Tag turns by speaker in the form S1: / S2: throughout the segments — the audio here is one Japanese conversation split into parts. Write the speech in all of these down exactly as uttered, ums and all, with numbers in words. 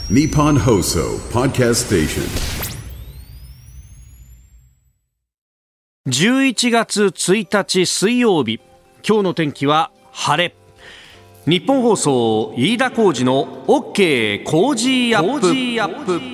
S1: Nippon Hoso Podcast Station。
S2: じゅういちがつついたち水曜日、今日の天気は晴れ。日本放送飯田浩司の OK 工事アップ。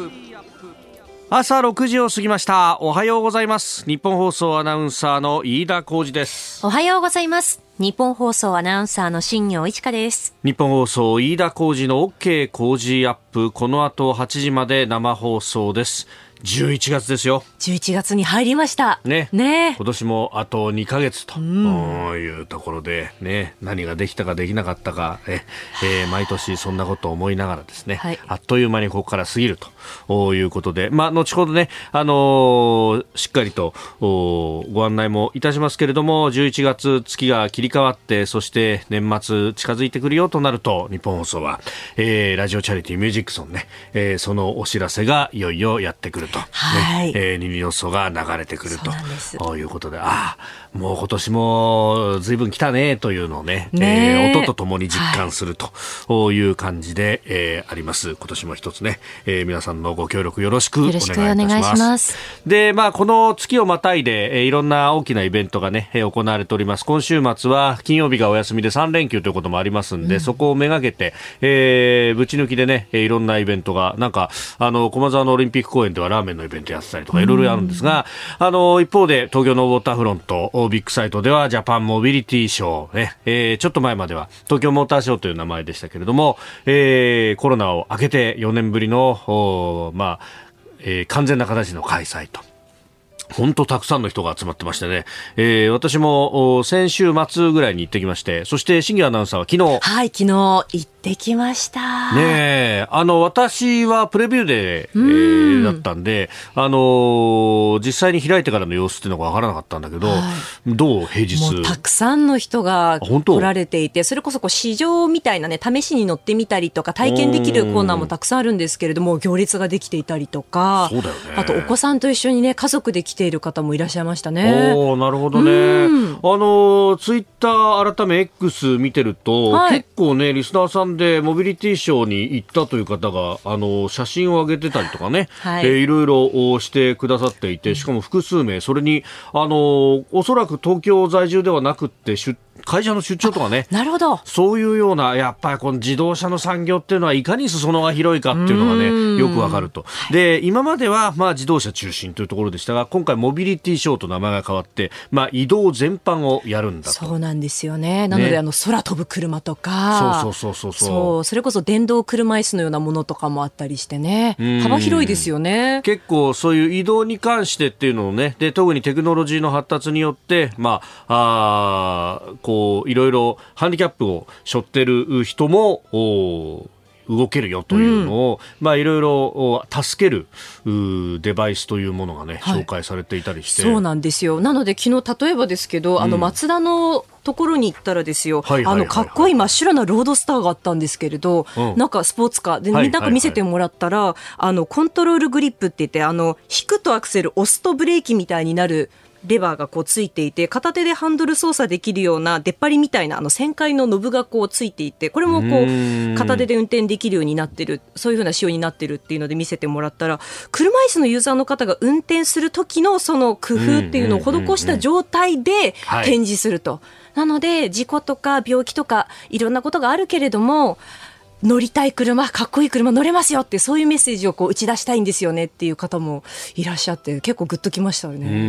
S2: 朝ろくじを過ぎました。おはようございます。日本放送アナウンサーの飯田浩司です。
S3: おはようございます。日本放送アナウンサーの新業一華です。
S2: 日本放送飯田浩司の OK 工事アップ、この後はちじまで生放送です。じゅういちがつですよ。
S3: じゅういちがつに入りました
S2: ね。
S3: ね。
S2: 今年もあとにかげつというところで、ね、何ができたかできなかったか、え、えー、毎年そんなことを思いながらですね、はい、あっという間にここから過ぎるということで、まあ、後ほどね、あのー、しっかりとご案内もいたしますけれども、じゅういちがつ月が切り替わって、そして年末近づいてくるよとなると、日本放送は、えー、ラジオチャリティーミュージックソンね、えー、そのお知らせがいよいよやってくると、
S3: はい、
S2: ね、えー、ニニ予想が流れてくるということで、ああ、もう今年も随分来たねというのをね、ね、えー、音とともに実感するという感じで、はい、えー、あります。今年も一つね、えー、皆さんのご協力よろしくお願いいたします。
S3: よろしくお願いします。
S2: で、まあ、この月をまたいで、えー、いろんな大きなイベントがね、えー、行われております。今週末は金曜日がお休みでさんれんきゅうということもありますんで、うん、そこをめがけて、えー、ぶち抜きでね、いろんなイベントが、なんか、あの、駒沢のオリンピック公園ではラーメンのイベントやってたりとかいろいろあるんですが、あの一方で東京のウォーターフロントビッグサイトではジャパンモビリティショー、ね、えー、ちょっと前までは東京モーターショーという名前でしたけれども、えー、コロナを明けてよねんぶりの、まあえー、完全な形の開催と。本当たくさんの人が集まってましてね、えー、私も先週末ぐらいに行ってきまして、そして新業アナウンサーは昨日、
S3: はい、昨日行ってきました
S2: ね。え、あの私はプレビューデー、えー、だったんで、あのー、実際に開いてからの様子っていうのが分からなかったんだけど、はい、どう平日
S3: もうたくさんの人が来られていて、それこそこう市場みたいなね、試しに乗ってみたりとか体験できるコーナーもたくさんあるんですけれども、行列ができていたりとか、
S2: そうだよね、
S3: あとお子さんと一緒にね、家族で来ている方もいらっしゃいましたね。
S2: おー、なるほどね。あのツイッター改め X 見てると、はい、結構ねリスナーさんでモビリティショーに行ったという方があの写真を上げてたりとかね、はい、えー、いろいろしてくださっていて、しかも複数名、それにあのおそらく東京在住ではなくって出会社の出張とかね、
S3: なるほど、
S2: そういうような、やっぱりこの自動車の産業っていうのはいかに裾野が広いかっていうのがね、よくわかると。で、今まではまあ自動車中心というところでしたが、今回モビリティショーと名前が変わって、まあ移動全般をやるんだと。
S3: そうなんですよね。なので、ね、あの空飛ぶ車とか、
S2: そうそうそうそう、
S3: そう、それこそ電動車椅子のようなものとかもあったりしてね、幅広いですよね。
S2: 結構そういう移動に関してっていうのをね、で特にテクノロジーの発達によって、まあ、あこういろいろハンディキャップを背負ってる人も動けるよというのを、うん、まあいろいろ助けるデバイスというものがね、はい、紹介されていたりして。
S3: そうなんですよ。なので昨日例えばですけど、うん、あのマツダのところに行ったらですよ、あのかっこいい真っ白なロードスターがあったんですけれど、うん、なんかスポーツカーで、はいはいはい、なんか見せてもらったら、あのコントロールグリップって言って、あの引くとアクセル、押すとブレーキみたいになるレバーがこうついていて、片手でハンドル操作できるような出っ張りみたいなあの旋回のノブがこうついていて、これもこう片手で運転できるようになってる、そういう風な仕様になってるっていうので見せてもらったら、車椅子のユーザーの方が運転する時のその工夫っていうのを施した状態で展示すると、なので事故とか病気とかいろんなことがあるけれども、乗りたい車、かっこいい車乗れますよって、そういうメッセージをこう打ち出したいんですよねっていう方もいらっしゃって、結構グッときましたよね。
S2: うん、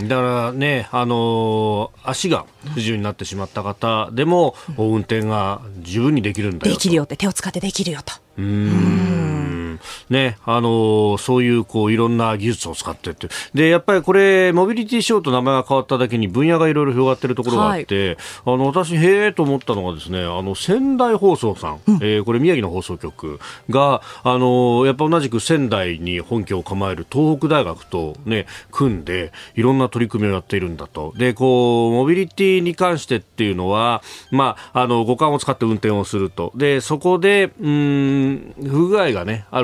S2: だからね、あのー、足が不自由になってしまった方でも、うん、運転が十分にできるんだよと、
S3: できるよって、手を使ってできるよと。
S2: うーん、ね、あのそういうこういろんな技術を使ってって、でやっぱりこれモビリティショーと名前が変わっただけに分野がいろいろ広がっているところがあって、はい、あの私へーと思ったのがですね、あの仙台放送さん、うん、えー、これ宮城の放送局があのやっぱ同じく仙台に本拠を構える東北大学とね組んでいろんな取り組みをやっているんだと。でこうモビリティに関してっていうのは、まあ、あの五感を使って運転をすると。でそこでうーん不具合が、ね、ある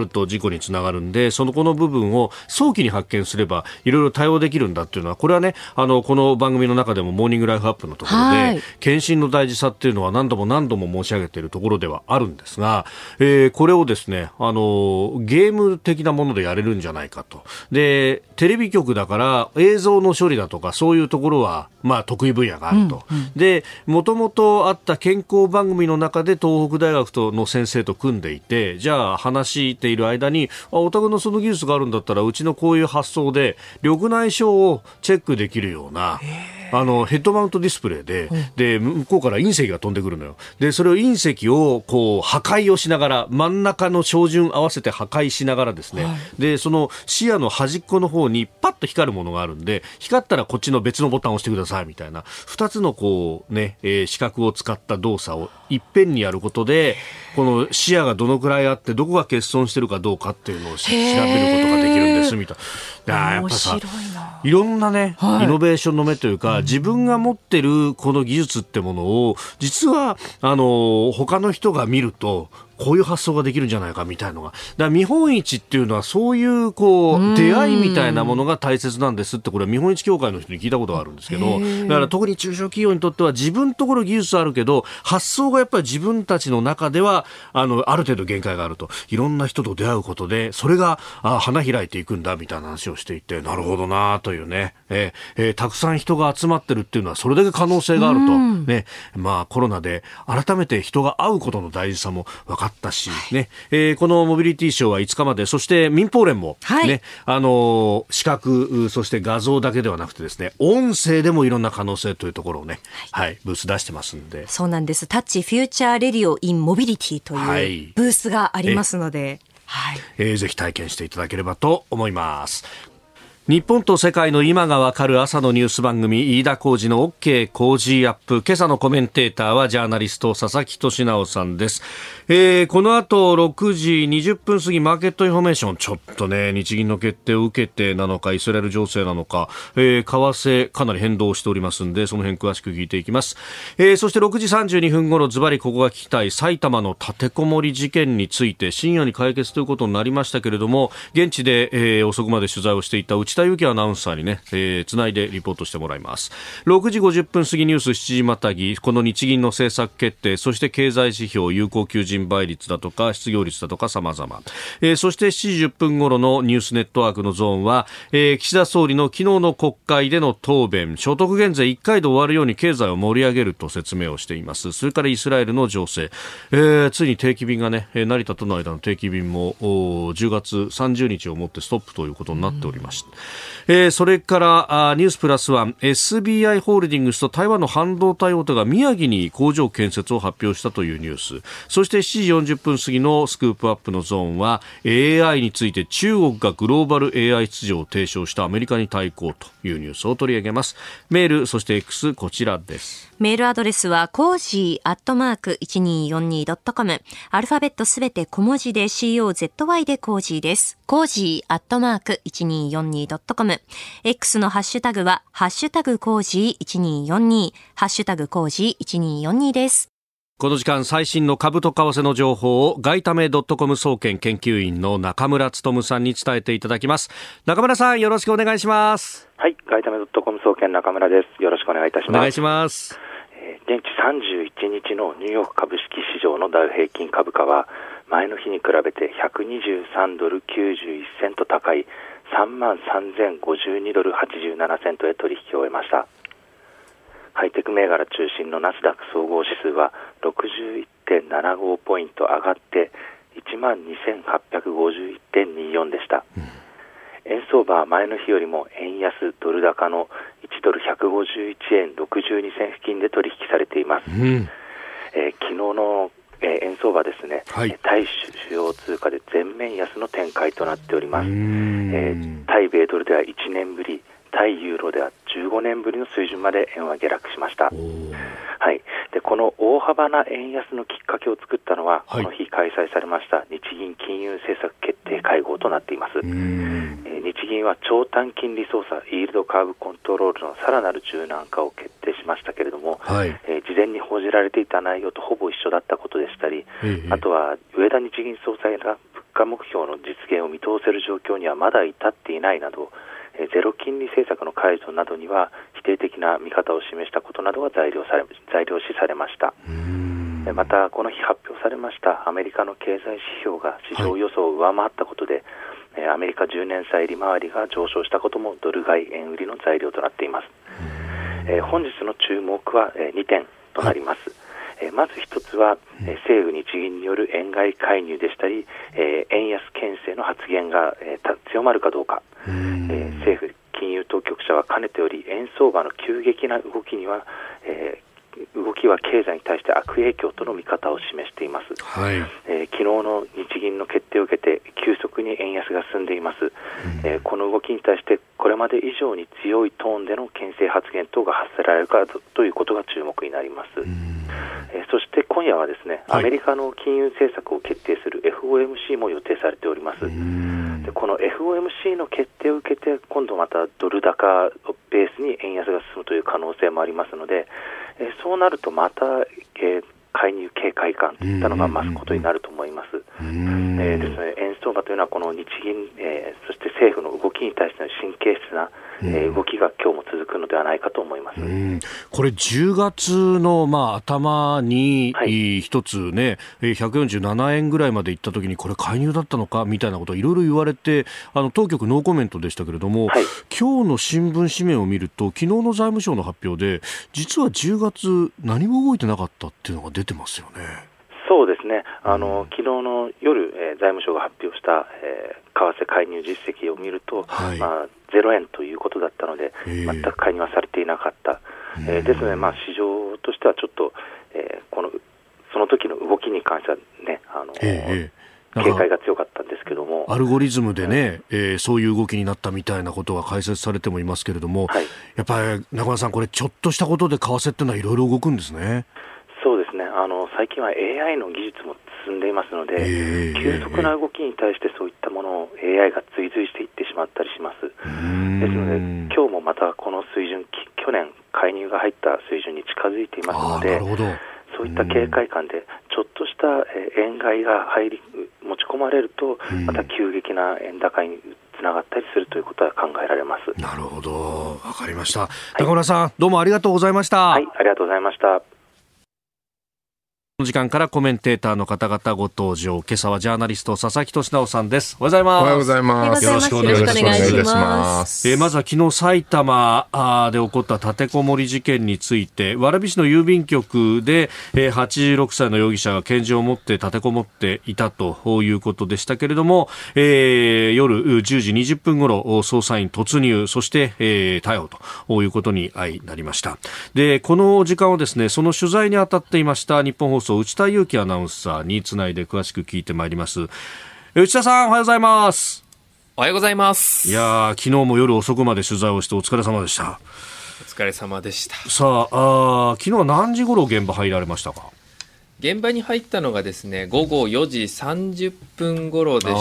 S2: むと事故につながるんで、そのこの部分を早期に発見すればいろいろ対応できるんだっていうのは、これはね、あのこの番組の中でもモーニングライフアップのところで、はい、検診の大事さっていうのは何度も何度も申し上げているところではあるんですが、えー、これをですね、あのゲーム的なものでやれるんじゃないかと。で、テレビ局だから映像の処理だとかそういうところはまあ得意分野があると、うんうん、で、もともとあった健康番組の中で東北大学との先生と組んでいて、じゃあ話している間に、あ、お宅のその技術があるんだったらうちのこういう発想で緑内障をチェックできるようなあのヘッドマウントディスプレイ で,、うん、で向こうから隕石が飛んでくるのよ。でそれを隕石をこう破壊をしながら、真ん中の照準合わせて破壊しながらですね、はい、でその視野の端っこの方にパッと光るものがあるんで、光ったらこっちの別のボタンを押してくださいみたいなふたつのこう、ねえー、視覚を使った動作をいっぺんにやることで、この視野がどのくらいあってどこが欠損してるかどうかっていうのを調べることができるんですみたいな。やっぱさ、いろんなね、はい、イノベーションの目というか、自分が持ってるこの技術ってものを実はあの他の人が見るとこういう発想ができるんじゃないかみたいなのが、だから見本市っていうのはそういうこう出会いみたいなものが大切なんですって、これは見本市協会の人に聞いたことがあるんですけど、だから特に中小企業にとっては自分のところ技術あるけど発想がやっぱり自分たちの中ではあのある程度限界があると、いろんな人と出会うことでそれがあ花開いていくんだみたいな話をしていて、なるほどなというね、えーえー、たくさん人が集まってるっていうのはそれだけ可能性があると、ね、まあコロナで改めて人が会うことの大事さも分かったし、ね、えー、このモビリティショーはいつかまで、そして民放連も、ね、はい、あの視覚そして画像だけではなくてですね、音声でもいろんな可能性というところをね、はいはい、ブース出してますんで。
S3: そうなんです。タッチフューチャーレディオインモビリティというブースがありますので、はい、
S2: えー、ぜひ体験していただければと思います。日本と世界の今がわかる朝のニュース番組、飯田浩司の OK 工事アップ。今朝のコメンテーターはジャーナリスト佐々木俊直さんです。えー、この後ろくじにじゅっぷん過ぎマーケットインフォメーション、ちょっとね日銀の決定を受けてなのかイスラエル情勢なのか、えー、為替かなり変動しておりますんで、その辺詳しく聞いていきます。えー、そしてろくじさんじゅうにふん頃、ズバリここが聞きたい埼玉の立てこもり事件について深夜に解決ということになりましたけれども、現地で、えー、遅くまで取材をしていた内田裕樹アナウンサーにね、えー、つないでリポートしてもらいます。ろくじごじゅっぷん過ぎニュースしちじまたぎ、この日銀の政策決定、そして経済指標、有効求人倍率だとか失業率だとか様々、えー、そしてしちじじゅっぷん頃のニュースネットワークのゾーンは、えー、岸田総理の昨日の国会での答弁、所得減税いっかいで終わるように経済を盛り上げると説明をしています。それからイスラエルの情勢、えー、ついに定期便がね、成田との間の定期便もじゅうがつさんじゅうにちをもってストップということになっておりました。えー、それからあニュースプラスワン、 エスビーアイ ホールディングスと台湾の半導体大手が宮城に工場建設を発表したというニュース。そしてしちじよんじゅっぷん過ぎのスクープアップのゾーンは エーアイ について中国がグローバル エーアイ 秩序を提唱したアメリカに対抗というニュースを取り上げます。メールそして X こちらです。
S3: メールアドレスはコージーアットマーク いちにーよんにードットコム、 アルファベットすべて小文字で コーズ でコージーです。コージーアットマーク いちにーよんにードットコム、 X のハッシュタグはハッシュタグコージーいちにーよんにー、ハッシュタグコージーいちにーよんにーです。
S2: この時間最新の株と為替の情報を外為 .com 総研研究員の中村努さんに伝えていただきます。中村さん、よろしくお願いします。
S4: はい、外為 .com 総研中村です。よろしくお願いいたします。
S2: お願いします。
S4: えー、現地さんじゅういちにちのニューヨーク株式市場のダウ平均株価は前の日に比べてひゃくにじゅうさんドルきゅうじゅういっセント高い さんまんさんぜんごじゅうにドルはちじゅうななセントへ取引を終えました。ハイテク銘柄中心のナスダック総合指数は ろくじゅういってんななご ポイント上がっていちまんにせんはっぴゃくごじゅういってんにじゅうよんでした。うん、円相場は前の日よりも円安ドル高のいちドルひゃくごじゅういちえんろくじゅうにせん付近で取引されています。うん、えー、昨日の、えー、円相場ですね、はい、対主要通貨で全面安の展開となっております。えー、対米ドルではいちねんぶり、対ユーロではじゅうごねんぶりの水準まで円は下落しました。はい、でこの大幅な円安のきっかけを作ったのは、はい、この日開催されました日銀金融政策決定会合となっています。えー、日銀は長短金利操作、イールドカーブコントロールのさらなる柔軟化を決定しましたけれども、はい、えー、事前に報じられていた内容とほぼ一緒だったことでしたり、えー、あとは上田日銀総裁が物価目標の実現を見通せる状況にはまだ至っていないなど、ゼロ金利政策の解除などには否定的な見方を示したことなどが材料され材料視されました。またこの日発表されましたアメリカの経済指標が市場予想を上回ったことで、はい、アメリカじゅうねん債利回りが上昇したこともドル買い円売りの材料となっています。えー、本日の注目はにてんとなります。はい、えー、まず一つは、えー、政府日銀による円買い介入でしたり、えー、円安牽制の発言が、えー、強まるかどうか。えー、政府金融当局者はかねてより円相場の急激な動きには、えー動きは経済に対して悪影響との見方を示しています。はい、えー、昨日の日銀の決定を受けて急速に円安が進んでいます。うん、えー、この動きに対してこれまで以上に強いトーンでの牽制発言等が発せられるかということが注目になります。うん、えー、そして今夜はですね、はい、アメリカの金融政策を決定する エフオーエムシー も予定されております。うん、でこの エフオーエムシー の決定を受けて今度またドル高をベースに円安が進むという可能性もありますので、えー、そうなるとまた、えー、介入警戒感といったのが増すことになると思います。えー、ですので円相場というのはこの日銀、えー、そして政府の動きに対しての神経質な、えー、動きが今日も続くのではないかと思います。うん、
S2: これじゅうがつの、まあ、頭に、はい、一つねひゃくよんじゅうななえんぐらいまでいったときにこれ介入だったのかみたいなことをいろいろ言われて、あの当局ノーコメントでしたけれども、はい、今日の新聞紙面を見ると昨日の財務省の発表で実はじゅうがつ何も動いてなかったっていうのが出てますよね。
S4: そうですね、あの、うん、昨日の夜、えー、財務省が発表した、えー、為替介入実績を見ると、はい、まあ、ゼロえんということだったので、えー、全く介入はされていなかった、えー、ですので、まあ、市場としてはちょっと、えー、このその時の動きに関してはね、あの、えー、警戒が強かったんですけども、
S2: アルゴリズムでね、うん、えー、そういう動きになったみたいなことが解説されてもいますけれども、はい、やっぱり中村さん、これちょっとしたことで為替っていうのはいろいろ動くんですね。
S4: そうですね、あの最近は エーアイ の技術も進んでいますので、えー、急速な動きに対してそういったものを エーアイ が追随していってしまったりします。ですので今日もまたこの水準、去年介入が入った水準に近づいていますので、そういった警戒感でちょっとした円買いが入り持ち込まれるとまた急激な円高につながったりするということは考えられます。
S2: なるほど、わかりました。はい、中村さん、どうもありがとうございました。
S4: はい、ありがとうございました。
S2: この時間からコメンテーターの方々ご登場。今朝はジャーナリスト佐々木俊直さんです。おはようございます。
S5: おはようございます。
S2: よろしくお願いします。えー、まずは昨日埼玉で起こった立てこもり事件について、蕨市の郵便局で、えー、はちじゅうろくさいの容疑者が拳銃を持って立てこもっていたということでしたけれども、えー、夜じゅうじにじゅっぷん頃捜査員突入、そして、えー、逮捕ということになりました。で、この時間をですね、その取材に当たっていました日本放送内田裕樹アナウンサーにつないで詳しく聞いてまいります。内田さん、おはようございます。
S6: おはようございます。
S2: いや昨日も夜遅くまで取材をしてお疲れ様でした。
S6: お疲れ様でした。
S2: さあ、あ昨日は何時頃現場入られましたか？
S6: 現場に入ったのがですね、午後よじさんじゅっぷん頃でした。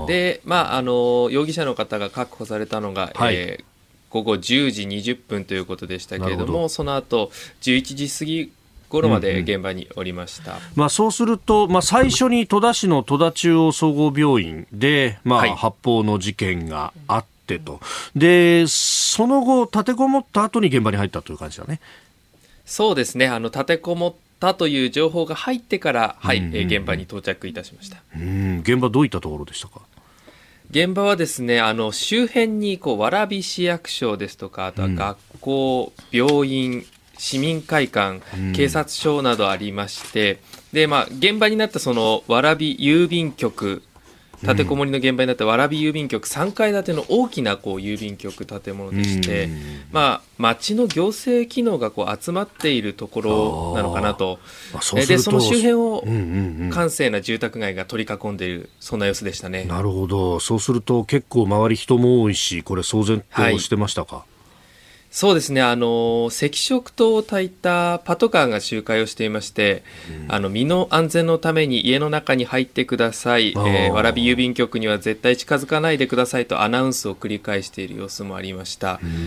S6: で、まあ、あの容疑者の方が確保されたのが、はい、えー、午後じゅうじにじゅっぷんということでしたけれども、その後じゅういちじ過ぎ頃まで現場におりました。うんうん、
S2: まあ、そうすると、まあ、最初に戸田市の戸田中央総合病院で、まあ、はい、発砲の事件があってと。で、その後立てこもった後に現場に入ったという感じだね。
S6: そうですね、あの立てこもったという情報が入ってから、はい、うんうん、えー、現場に到着いたしました。
S2: うん、現場どういったところでしたか？
S6: 現場はですね、あの周辺にこう蕨市役所ですとか、あとは学校、うん、病院、市民会館、警察署などありまして、うん、で、まあ、現場になったその蕨郵便局、立てこもりの現場になった蕨郵便局さんかい建ての大きなこう郵便局建物でして、うん、まあ、町の行政機能がこう集まっているところなのかなと。そでその周辺を閑静な住宅街が取り囲んでいる、そんな様子でしたね。
S2: なるほど。そうすると結構周り人も多いし、これ騒然としてましたか？はい、
S6: そうですね、あの赤色灯を焚いたパトカーが周回をしていまして、うん、あの身の安全のために家の中に入ってください、えー、蕨郵便局には絶対近づかないでくださいとアナウンスを繰り返している様子もありました。うん、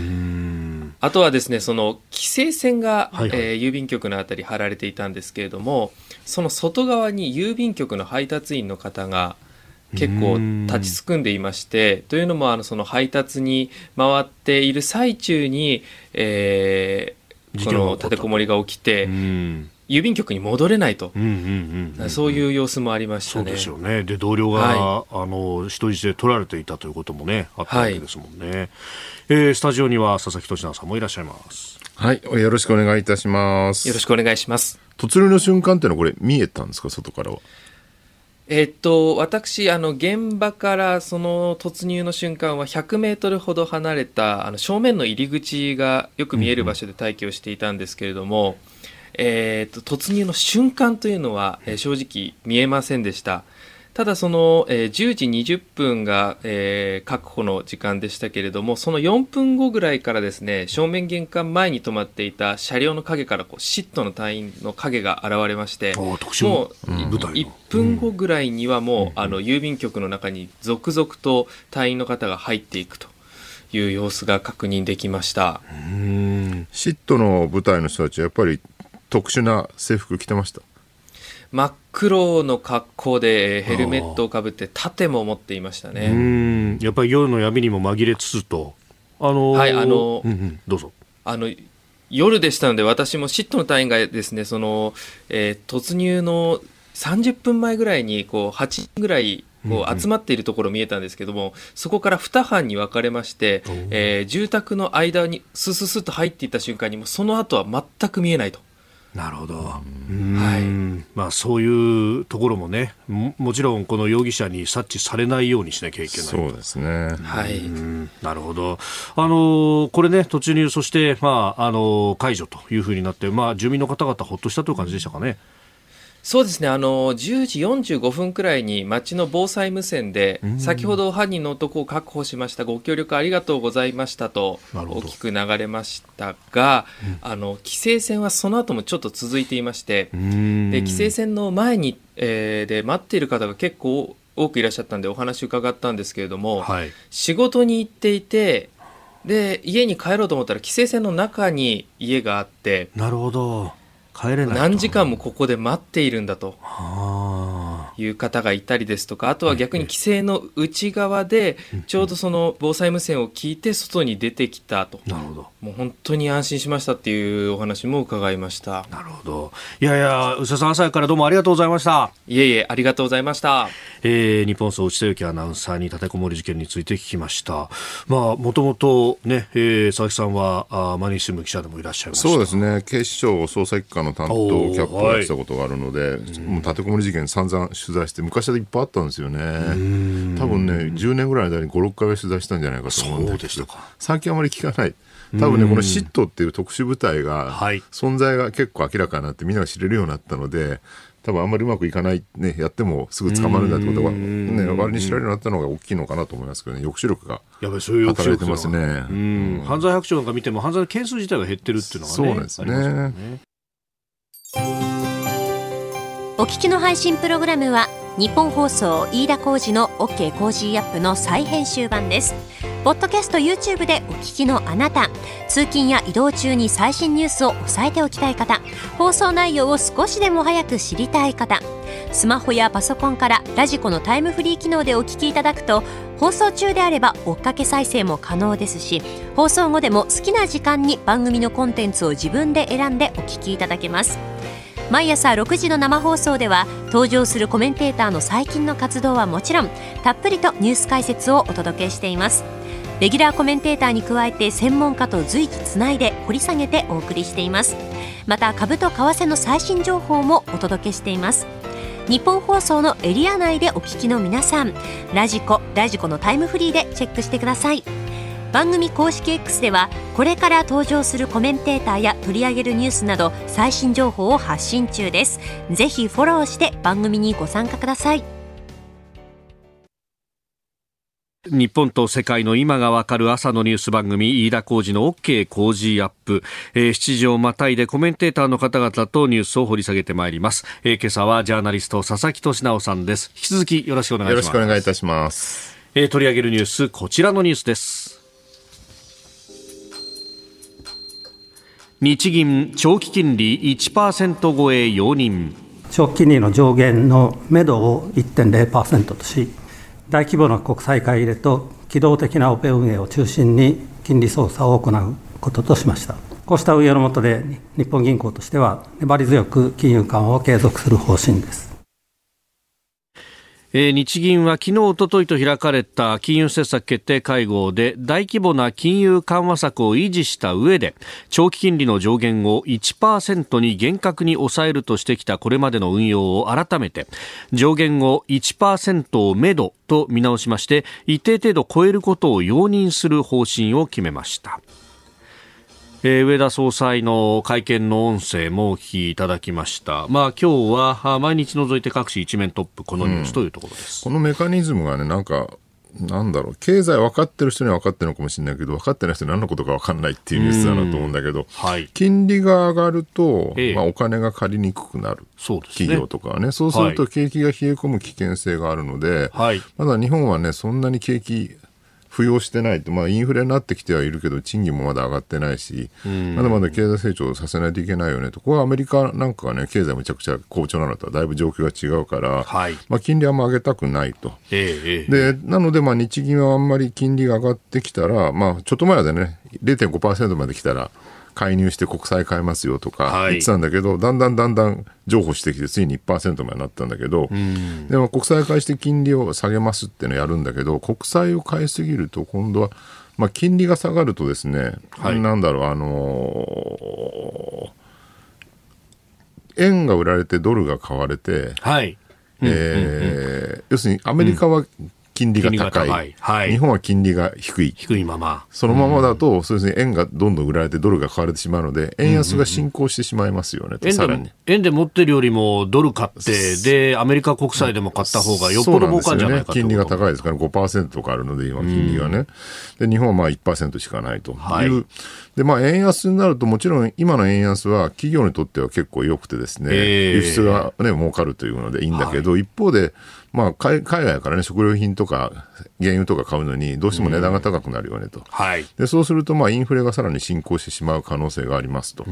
S6: あとはですね、その規制線が、はいはい、えー、郵便局のあたり張られていたんですけれども、その外側に郵便局の配達員の方が結構立ちすくんでいまして、というのもあのその配達に回っている最中に、えー、この立てこもりが起きて、郵便局に戻れないと、そういう様子もありましたね。
S2: そうですよね。で同僚が、はい、あの人質で取られていたということもねあったわけですもんね、はい。えー、スタジオには佐々木俊直さんもいらっしゃいます。
S5: はい、よろしくお願いいたします。
S6: よろしくお願いします。
S5: 突入の瞬間っていうのはこれ見えたんですか、外からは。
S6: えー、っと私あの現場からその突入の瞬間はひゃくメートルほど離れたあの正面の入り口がよく見える場所で待機をしていたんですけれども、うんうん、えー、っと突入の瞬間というのは、えー、正直見えませんでした。ただその、えー、じゅうじにじゅっぷんが、えー、確保の時間でしたけれども、そのよんぷんごぐらいからですね、正面玄関前に止まっていた車両の影からこうシットの隊員の影が現れまして、もういっぷんごぐらいにはもう、うん、あの郵便局の中に続々と隊員の方が入っていくという様子が確認できました。
S5: うーん、シットの部隊の人たちはやっぱり特殊な制服着てました。
S6: 真っ黒の格好でヘルメットをかぶって盾も持っていましたね。
S2: うーん、やっぱり夜の闇にも紛れつつと、あのー、
S6: はい、あの、
S2: うんうん、どうぞ。
S6: あの夜でしたので、私もシットの隊員がですね、その、えー、突入のさんじゅっぷんまえぐらいにこうはちにんぐらいこう集まっているところ見えたんですけども、うんうん、そこからに班に分かれまして、えー、住宅の間にスススッと入っていった瞬間にもその後は全く見えないと。
S2: なるほど。はい。まあそういうところもね、も、もちろんこの容疑者に察知されないようにしなきゃいけない。
S5: そうですね。
S6: はい。
S2: なるほど。あのこれね、突入そしてまああの解除というふうになって、まあ住民の方々ほっとしたという感じでしたかね。
S6: そうですね、あのじゅうじよんじゅうごふんくらいに町の防災無線で、先ほど犯人の男を確保しました、ご協力ありがとうございましたと大きく流れましたが、うん、あの規制線はその後もちょっと続いていまして、で規制線の前に、えー、で待っている方が結構多くいらっしゃったんでお話伺ったんですけれども、はい、仕事に行っていて、で家に帰ろうと思ったら規制線の中に家があって、
S2: なるほど、帰れないと、
S6: 何時間もここで待っているんだという方がいたりですとか、あとは逆に規制の内側でちょうどその防災無線を聞いて外に出てきたと、
S2: なるほど、
S6: もう本当に安心しましたっていうお話も伺いました。
S2: なるほど。いやいや、宇佐さん朝からどうもありがとうございました。
S6: いえいえ、ありがとうございました。
S2: えー、日本放送内田有紀アナウンサーに立てこもり事件について聞きました。まあもともとね、えー、佐々木さんはあ毎日新聞記者でもいらっしゃいました。
S5: そうですね、警視庁捜査一課の担当キャップをやってたことがあるので、はい、もう立てこもり事件散々取材して、昔はいっぱいあったんですよね。多分ねじゅうねんぐらいの間にご、ろっかいは取材したんじゃないかと思うんですけど、最近あまり聞かない。多分ね、このシットっていう特殊部隊が、はい、存在が結構明らかになってみんなが知れるようになったので、多分あんまりうまくいかない、ね、やってもすぐ捕まるんだってことが、ね、割に知られるようになったのが大きいのかなと思いますけどね。抑止力が働いてますね。うん、
S2: 犯罪白書なんか見ても犯罪の件数自体が減ってるっていうのがね、
S5: そうなんですね。ありますよね。
S7: お聞きの配信プログラムは日本放送飯田浩司の OK コージーアップの再編集版です。ポッドキャスト YouTube でお聞きのあなた、通勤や移動中に最新ニュースを押さえておきたい方、放送内容を少しでも早く知りたい方、スマホやパソコンからラジコのタイムフリー機能でお聞きいただくと、放送中であれば追っかけ再生も可能ですし、放送後でも好きな時間に番組のコンテンツを自分で選んでお聞きいただけます。毎朝ろくじの生放送では登場するコメンテーターの最近の活動はもちろん、たっぷりとニュース解説をお届けしています。レギュラーコメンテーターに加えて専門家と随時つないで掘り下げてお送りしています。また株と為替の最新情報もお届けしています。日本放送のエリア内でお聞きの皆さん、ラジコ、ラジコのタイムフリーでチェックしてください。番組公式 X ではこれから登場するコメンテーターや取り上げるニュースなど最新情報を発信中です。ぜひフォローして番組にご参加ください。
S2: 日本と世界の今がわかる朝のニュース番組、飯田浩司の OK 工事アップ、えー、しちじをまたいでコメンテーターの方々とニュースを掘り下げてまいります。えー、今朝はジャーナリスト佐々木俊直さんです。引き続きよろしくお願いします。
S5: よろしくお願いいたします。
S2: えー、取り上げるニュース、こちらのニュースです。日銀長期金利 いちパーセント 超え容認。
S8: 長期金利の上限の目処を いってんゼロパーセント とし、 大規模な国債買い入れと機動的なオペ運営を中心に金利操作を行うこととしました。こうした運用の下で日本銀行としては粘り強く金融緩和を継続する方針です。
S2: えー、日銀は昨日おとといと開かれた金融政策決定会合で大規模な金融緩和策を維持した上で長期金利の上限を いちパーセント に厳格に抑えるとしてきたこれまでの運用を改めて上限を いちパーセント をめどと見直しまして一定程度超えることを容認する方針を決めました。えー、上田総裁の会見の音声もお聞きいただきました。まあ今日は毎日除いて各紙一面トップこのニュースというところです、
S5: うん、このメカニズムがねなんかなんだろう経済分かってる人には分かってるのかもしれないけど分かってない人に何のことか分かんないっていうニュースだなと思うんだけど、はい、金利が上がると、ええまあ、お金が借りにくくなる、そうですね、企業とかはねそうすると景気が冷え込む危険性があるので、はい、まだ日本はねそんなに景気浮揚してないと、まあ、インフレになってきてはいるけど賃金もまだ上がってないしまだまだ経済成長させないといけないよねと。ここはアメリカなんかがね経済めちゃくちゃ好調なのとはだいぶ状況が違うから、はいまあ、金利はもう上げたくないと、えー、でなのでまあ日銀はあんまり金利が上がってきたら、まあ、ちょっと前でね ゼロテンごパーセント まで来たら介入して国債買えますよとか言ってたんだけど、はい、だんだんだんだん譲歩してきてついに いちパーセント までなったんだけど、でも国債買いして金利を下げますっていうのをやるんだけど国債を買いすぎると今度は、まあ、金利が下がるとですね、はい、なんだろうあのー、円が売られてドルが買われて、はいえーうんうんうん、要するにアメリカは、うん金利が高い、高いはい、日本は金利が低い
S2: 低いまま
S5: そのままだと、うん、そうですね、円がどんどん売られてドルが買われてしまうので円安が進行してしまいますよね、うんうんうん、さらに
S2: 円で持ってるよりもドル買ってでアメリカ国債でも買った方がよっぽど儲かるんじゃないかと、
S5: ね、金利が高いですから ごパーセント とかあるので今金利がね、うん、で日本はまあ いちパーセント しかないという、はい、でまあ、円安になるともちろん今の円安は企業にとっては結構良くてですね、えー、輸出が、ね、儲かるというのでいいんだけど、はい、一方でまあ、海, 海外からね食料品とか原油とか買うのにどうしても値段が高くなるよねと、うんはい、でそうするとまあインフレがさらに進行してしまう可能性がありますと、うん、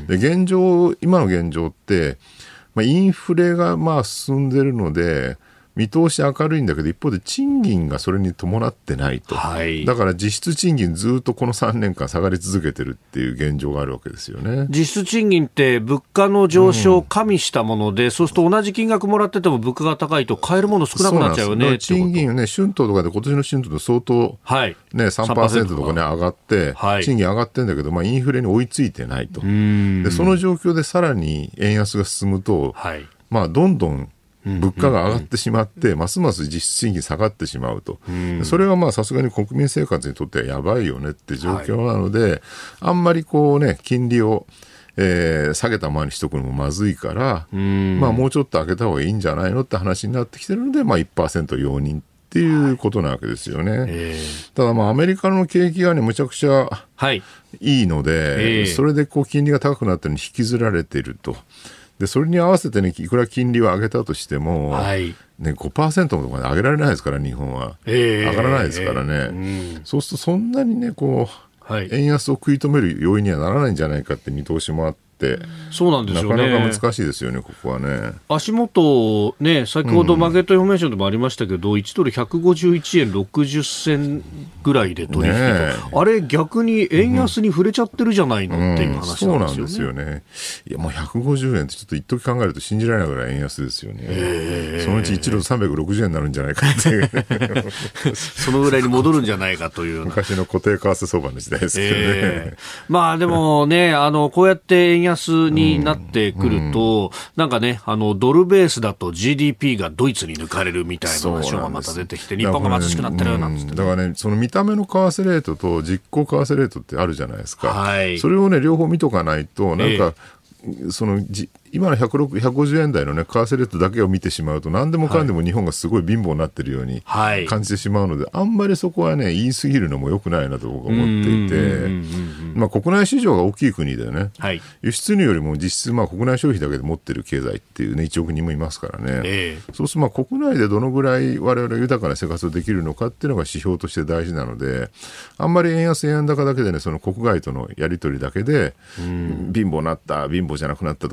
S5: で現状今の現状って、まあ、インフレがまあ進んでるので見通し明るいんだけど一方で賃金がそれに伴ってないと、はい、だから実質賃金ずっとこのさんねんかん下がり続けてるっていう現状があるわけですよね。
S2: 実質賃金って物価の上昇を加味したもので、うん、そうすると同じ金額もらってても物価が高いと買えるもの少なくなっちゃうよね。
S5: 賃金ね春闘とかで今年の春闘で相当、はいね、さんパーセント とかね上がって、はい、賃金上がってるんだけど、まあ、インフレに追いついてないと。でその状況でさらに円安が進むと、はいまあ、どんどん物価が上がってしまって、うんうんうん、ますます実質賃金下がってしまうと、うん、それはまあさすがに国民生活にとってはやばいよねって状況なので、はい、あんまりこうね金利を、えー、下げたままにしとくのもまずいから、うんまあ、もうちょっと上げた方がいいんじゃないのって話になってきてるので、まあ、いちパーセント 容認っていうことなわけですよね、はいえー、ただまあアメリカの景気がねむちゃくちゃいいので、はいえー、それでこう金利が高くなってるのに引きずられていると。でそれに合わせてねいくら金利を上げたとしても、はいね、ごパーセント とかで上げられないですから日本は、えー、上がらないですからね、えーうん、そうするとそんなにねこう、はい、円安を食い止める要因にはならないんじゃないかって見通しもあって
S2: そうなんですよね。
S5: なかなか難しいですよねここはね。
S2: 足元ね先ほどマーケットインフォメーションでもありましたけど、うん、いちドルひゃくごじゅういちえんろくじゅっせんぐらいで取引と、ね、あれ逆に円安に触れちゃってるじゃないの、うん、っていう話なんですよね、うん、そうなんですよね。
S5: いやもうひゃくごじゅうえんってちょっと一時考えると信じられないぐらい円安ですよね、えー、そのうちいちドルさんびゃくろくじゅうえんになるんじゃないかっていう
S2: そのぐらいに戻るんじゃないかという
S5: 昔の固定為替相場の時代ですけどね、えー、
S2: まあでもねあのこうやって円安になってくると、うん、なんかねあのドルベースだと ジーディーピー がドイツに抜かれるみたいな話がまた出てきて日本が貧しくなってるなんつって、ね、
S5: だからねその見た目の為替レートと実行為替レートってあるじゃないですか、はい、それをね両方見とかないとなんか、えー、そのじ今のひゃくろく、ひゃくごじゅうえん台のね為替レートだけを見てしまうと何でもかんでも日本がすごい貧乏になってるように感じてしまうので、はい、あんまりそこはね言い過ぎるのも良くないなと僕は思っていて、まあ、国内市場が大きい国でね、はい、輸出入よりも実質まあ国内消費だけで持ってる経済っていうねいちおくにんもいますからね、えー、そうするとまあ国内でどのぐらい我々豊かな生活をできるのかっていうのが指標として大事なのであんまり円安円高だけでねその国外とのやり取りだけで貧乏になった貧乏じゃなくなったとか言ってる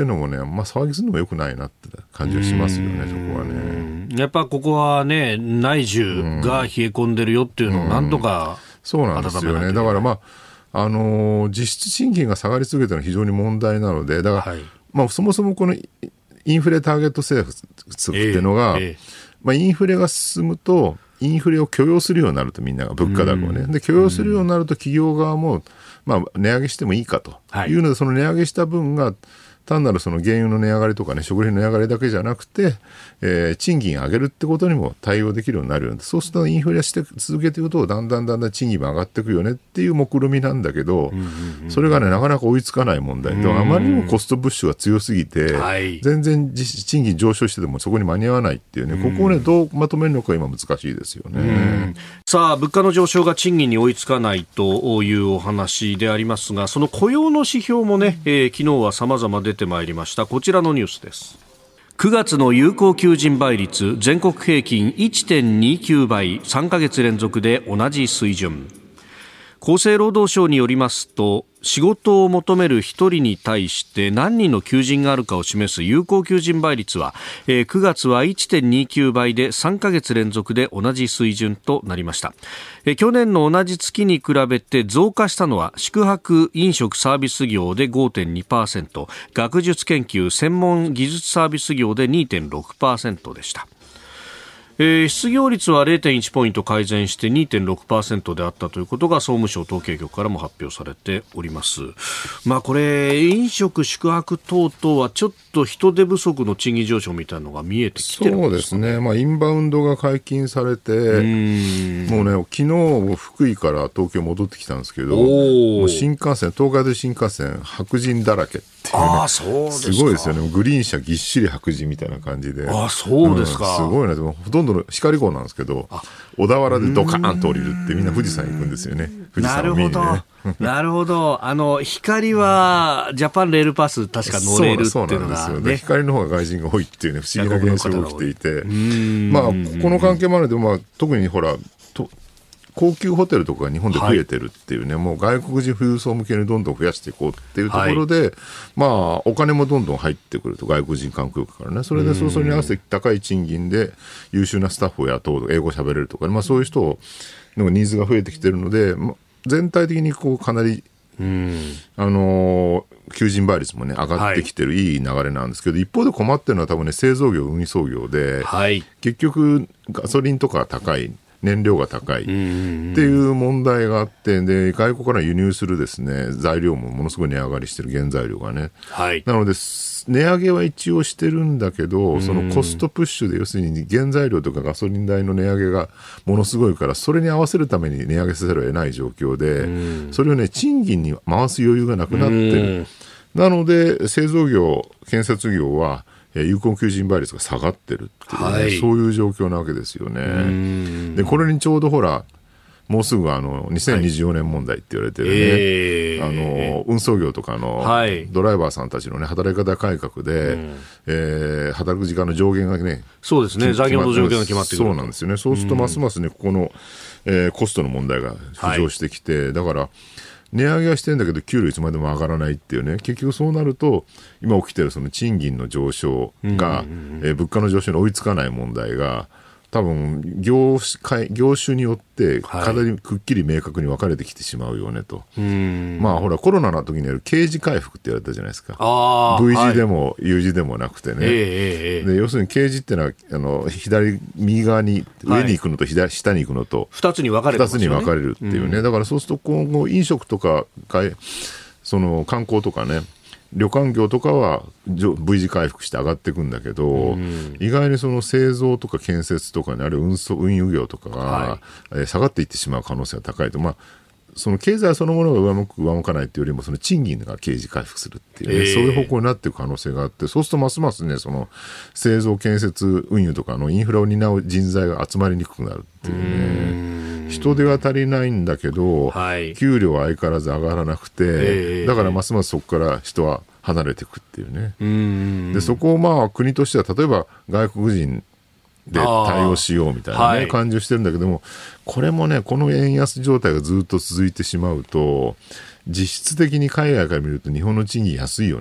S5: いうのもね、まあ、騒ぎするのもよくないなって感じはしますよね、そこはね。
S2: やっぱここはね、内需が冷え込んでるよっていうのをなんとか、
S5: そうなんですよね。だからまあ、あのー、実質賃金が下がり続けてるのは非常に問題なので、だから、はい、まあ、そもそもこのインフレターゲット政策っていうのが、えーえーまあ、インフレが進むと、インフレを許容するようになると、みんなが物価高をね。で、許容するようになると、企業側も、まあ、値上げしてもいいかというので、はい、その値上げした分が、単なるその原油の値上がりとかね、食品の値上がりだけじゃなくて、えー、賃金上げるってことにも対応できるようになるように、そうするとインフレして続けていくと、だんだんだんだん賃金も上がっていくよねっていう目論みなんだけど、うんうんうん、それがね、なかなか追いつかない問題で、あまりにもコストプッシュが強すぎて、はい、全然賃金上昇しててもそこに間に合わないっていうね、ここをね、どうまとめるのか今難しいですよね。うん
S2: さあ、物価の上昇が賃金に追いつかないというお話でありますが、その雇用の指標もね、えー、昨日は様々出てまいりました。こちらのニュースです。くがつの有効求人倍率全国平均 いってんにきゅう 倍、さんかげつ連続で同じ水準。厚生労働省によりますと、仕事を求める一人に対して何人の求人があるかを示す有効求人倍率は、えー、くがつは いってんにきゅう 倍でさんかげつ連続で同じ水準となりました。えー、去年の同じ月に比べて増加したのは宿泊・飲食サービス業で ごてんにパーセント、学術研究・専門技術サービス業で にてんろくパーセント でした。えー、失業率は れいてんいち ポイント改善して にてんろくパーセント であったということが総務省統計局からも発表されております。まあこれ飲食宿泊等々はちょっと人手不足の賃金上昇みたいなのが見えてきてるんですかね。
S5: そうですね、まあ、インバウンドが解禁されてもうね、昨日福井から東京戻ってきたんですけど、もう新幹線、東海道新幹線白人だらけっていうね、
S2: あ、そうですか。
S5: すごいですよね。グリーン車ぎっしり白人みたいな感じで。
S2: あ、そうですか、
S5: うん、すごいな。でもほとんどの光号なんですけど、小田原でドカーンと降りるって、みんな富士山行くんですよね。富士山を見にね。
S2: なるほど。なるほど。あの光はジャパンレールパス確か乗れるっていうのが、ね、そうなんですよね。
S5: 光の方が外人が多いっていうね、不思議な現象が起きていて、まあこの関係もあるので、まあ特にほらと高級ホテルとかが日本で増えてるっていうね、はい、もう外国人富裕層向けにどんどん増やしていこうっていうところで、はい、まあお金もどんどん入ってくると、外国人観光客からね、それでそれに合わせて高い賃金で優秀なスタッフを雇うとか、英語喋れるとか、まあそういう人のニーズが増えてきてるので、まあ、全体的にこうかなりうんあのー、求人倍率もね上がってきてる、はい、いい流れなんですけど、一方で困ってるのは多分ね、製造業、運輸業で、はい、結局ガソリンとか高い、燃料が高いっていう問題があって、で外国から輸入するですね材料もものすごい値上がりしてる、原材料がね、はい、なので値上げは一応してるんだけど、そのコストプッシュで要するに原材料とかガソリン代の値上げがものすごいから、それに合わせるために値上げせざるを得ない状況で、それをね賃金に回す余裕がなくなってる。なので製造業、建設業は有効求人倍率が下がってるっていうね、はい、そういう状況なわけですよね。でこれにちょうどほらもうすぐあのにせんにじゅうよねん問題って言われてるね、はいえー、あの運送業とかのドライバーさんたちの、ね、働き方改革で、うんえー、働く時間の上限がね、
S2: そうですね、残業の上限が決まってくる。
S5: そうなんですよね。そうするとますますね、ここの、えー、コストの問題が浮上してきて、はい、だから値上げはしてるんだけど給料いつまでも上がらないっていうね、結局そうなると今起きてるその賃金の上昇が、うんうんうんえー、物価の上昇に追いつかない問題が多分 業, 業種によってかなりくっきり明確に分かれてきてしまうよねと、はい、まあほらコロナの時にやる刑事回復って言われたじゃないですか。あ V 字でも、はい、U 字でもなくてね、えー、で要するに刑事ってのはあの左右側に上に行くのと左、はい、下に行くのと
S2: ふたつに分かれる、ね、
S5: ふたつに分かれるっていうね、うん、だからそうすると今後飲食とかその観光とかね、旅館業とかは V 字回復して上がっていくんだけど、うん、意外にその製造とか建設とか、ね、あるいは運送運輸業とかが、はいえー、下がっていってしまう可能性が高いと、まあ、その経済そのものが上向く上向かないというよりもその賃金が経時回復するっていう、ねえー、そういう方向になっていく可能性があって、そうするとますますねその製造建設運輸とかのインフラを担う人材が集まりにくくなるっていうね、人手は足りないんだけど、はい、給料は相変わらず上がらなくて、えー、だからますますそこから人は離れていくっていうね。うんでそこをまあ国としては例えば外国人で対応しようみたいな、ねはい、感じをしてるんだけども、これもねこの円安状態がずっと続いてしまうと実質的に海外から見ると日本の賃金安いよねと。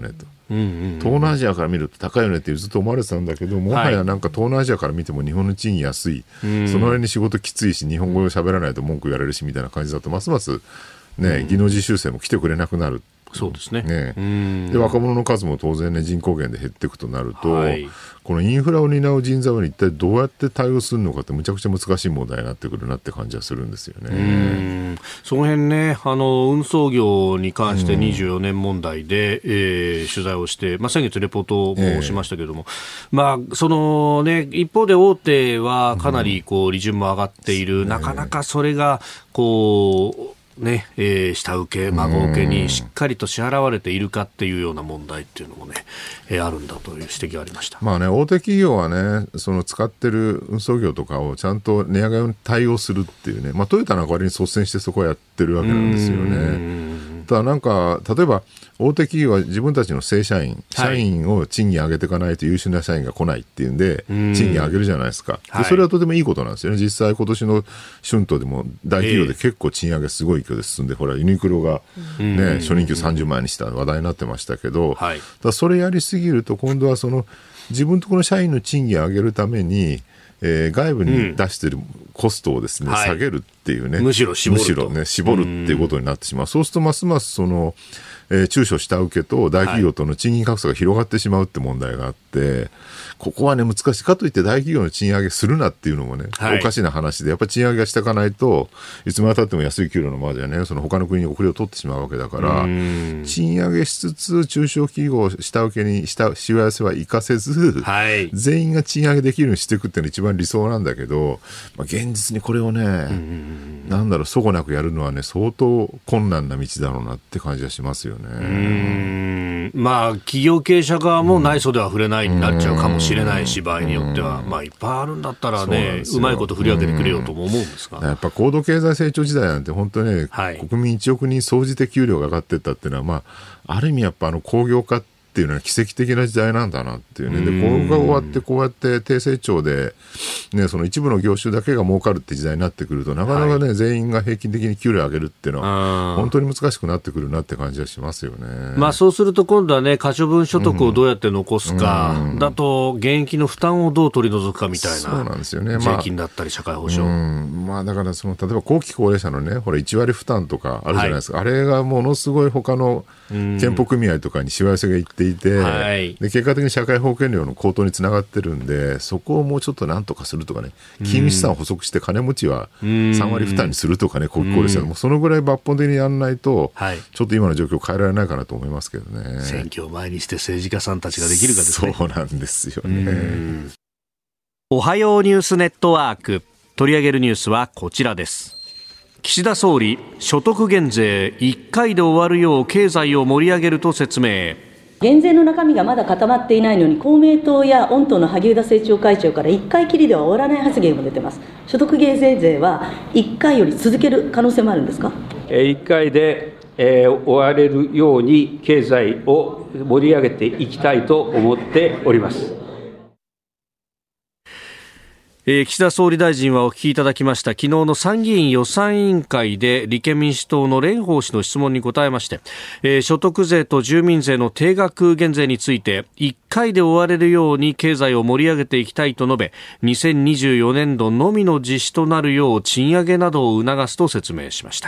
S2: うんうんうん、
S5: 東南アジアから見ると高いよねってずっと思われてたんだけど、もはやなんか東南アジアから見ても日本の賃金安い、うん、その辺に仕事きついし日本語を喋らないと文句言われるしみたいな感じだとますますね、技能実習生も来てくれなくなる。
S2: そうですね。
S5: ね、うんで若者の数も当然ね人口減で減っていくとなると、はい、このインフラを担う人材に一体どうやって対応するのかってむちゃくちゃ難しい問題になってくるなって感じはするんですよね。
S2: うんその辺ね、あの運送業に関してにじゅうよねん問題で、えー、取材をして、まあ、先月レポートもしましたけれども、えーまあそのね、一方で大手はかなりこう利潤も上がっている、うん、なかなかそれがこうねえー、下請け、孫請けにしっかりと支払われているかっていうような問題っていうのもね、えー、あるんだという指摘がありました。
S5: まあね、大手企業はね、その使ってる運送業とかをちゃんと値上げに対応するっていうね、まあ、トヨタなんか割に率先してそこはやってるわけなんですよね。ただなんか例えば大手企業は自分たちの正社員、社員を賃金上げていかないと優秀な社員が来ないっていうんで、賃金上げるじゃないですか。でそれはとてもいいことなんですよね。実際今年の春闘でも大企業で結構賃上げすごい勢いで進んで、ほらユニクロが、ね、初任給さんじゅうまんえんにした話題になってましたけど、はい、だそれやりすぎると今度はその自分のところの社員の賃金を上げるためにえー、外部に出しているコストをですね、うん、下げるっていうね、
S2: はい、むしろ絞ると、
S5: むしろね、絞るっていうことになってしまう。うそうするとますますその、えー、中小下請けと大企業との賃金格差が広がってしまうって問題があって、ここはね難しい。かといって大企業の賃上げするなっていうのもね、はい、おかしな話で、やっぱり賃上げがしていかないといつまでたっても安い給料のままではね、その他の国に遅れを取ってしまうわけだから、賃上げしつつ中小企業下請けにしたしわ寄せは生かせず、はい、全員が賃上げできるようにしていくっていうのが一番理想なんだけど、まあ、現実にこれをね、なんだろう、そごなくやるのはね相当困難な道だろうなって感じはしますよね。
S2: うーん、まあ企業経営者側も内装では触れないになっちゃうかもしれないし、場合によっては、まあ、いっぱいあるんだったらね、うまいこと振り分けてくれよとも思うんですが、
S5: やっぱ高度経済成長時代なんて本当にね、はい、国民いちおくにん総じて給料が上がっていったっていうのは、まあ、ある意味やっぱあの工業化っていうのは奇跡的な時代なんだなっていうね。でこれが終わってこうやって低成長で、ね、その一部の業種だけが儲かるって時代になってくると、なかなかね、はい、全員が平均的に給料を上げるっていうのは本当に難しくなってくるなって感じはしますよね。
S2: まあ、そうすると今度はね、可処分所得をどうやって残すか、うん、だと現役の負担をどう取り除くかみたいな、
S5: そうなんですよね。
S2: 税金だったり社会保障、
S5: まあうんまあ、だからその例えば後期高齢者のね、ほらいちわり負担とかあるじゃないですか、はい、あれがものすごい他の健保組合とかにしわ寄せがいっていて、はい、で結果的に社会保険料の高騰につながってるんで、そこをもうちょっとなんとかするとかね、金融資産を補足して金持ちはさんわり負担にするとかね、後期高齢者もうそのぐらい抜本的にやらないと、はい、ちょっと今の状況を変えられないかなと思いますけどね。
S2: 選挙を前にして政治家さんたちができるかですね。
S5: そうなんですよね。
S2: おはようニュースネットワーク、取り上げるニュースはこちらです。岸田総理、所得減税いっかいで終わるよう経済を盛り上げると説明。
S9: 減税の中身がまだ固まっていないのに、公明党や御党の萩生田政調会長からいっかいきりでは終わらない発言も出てます。所得減税税はいっかいより続ける可能性もあるんですか。
S10: いっかいで、えー、終われるように経済を盛り上げていきたいと思っております。
S2: えー、岸田総理大臣はお聞きいただきました昨日の参議院予算委員会で立憲民主党の蓮舫氏の質問に答えまして、えー、所得税と住民税の定額減税についていっかいで終われるように経済を盛り上げていきたいと述べ、にせんにじゅうよねんどのみの実施となるよう賃上げなどを促すと説明しました。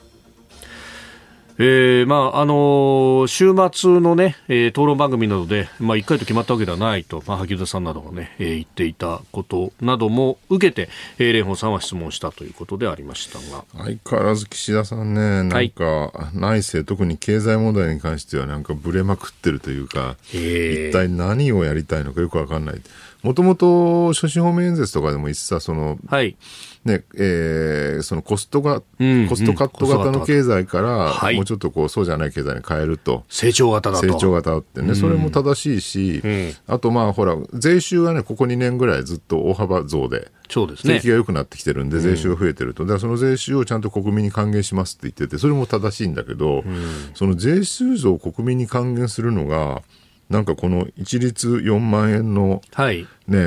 S2: えーまああのー、週末の、ねえー、討論番組などで、まあ、いっかいと決まったわけではないと、まあ、萩生田さんなどが、ねえー、言っていたことなども受けて、えー、蓮舫さんは質問したということでありましたが、
S5: 相変わらず岸田さんね、なんか、はい、内政特に経済問題に関してはなんかブレまくってるというか、えー、一体何をやりたいのかよく分かんない。もともと所信表明演説とかでも言ってたその、はいねえー、そのコストが、うん、コストカット型の経済から、はい、もうちょっとこうそうじゃない経済に変えると、
S2: 成長型だと
S5: 成長型ってね、それも正しいし、うん、あとまあほら税収がねここにねんぐらいずっと大幅増で、そうですね、景気が良くなってきてるんで税収が増えてると、だからその税収をちゃんと国民に還元しますって言ってて、それも正しいんだけど、うん、その税収増を国民に還元するのがなんかこの一律よんまんえんの、はい、ね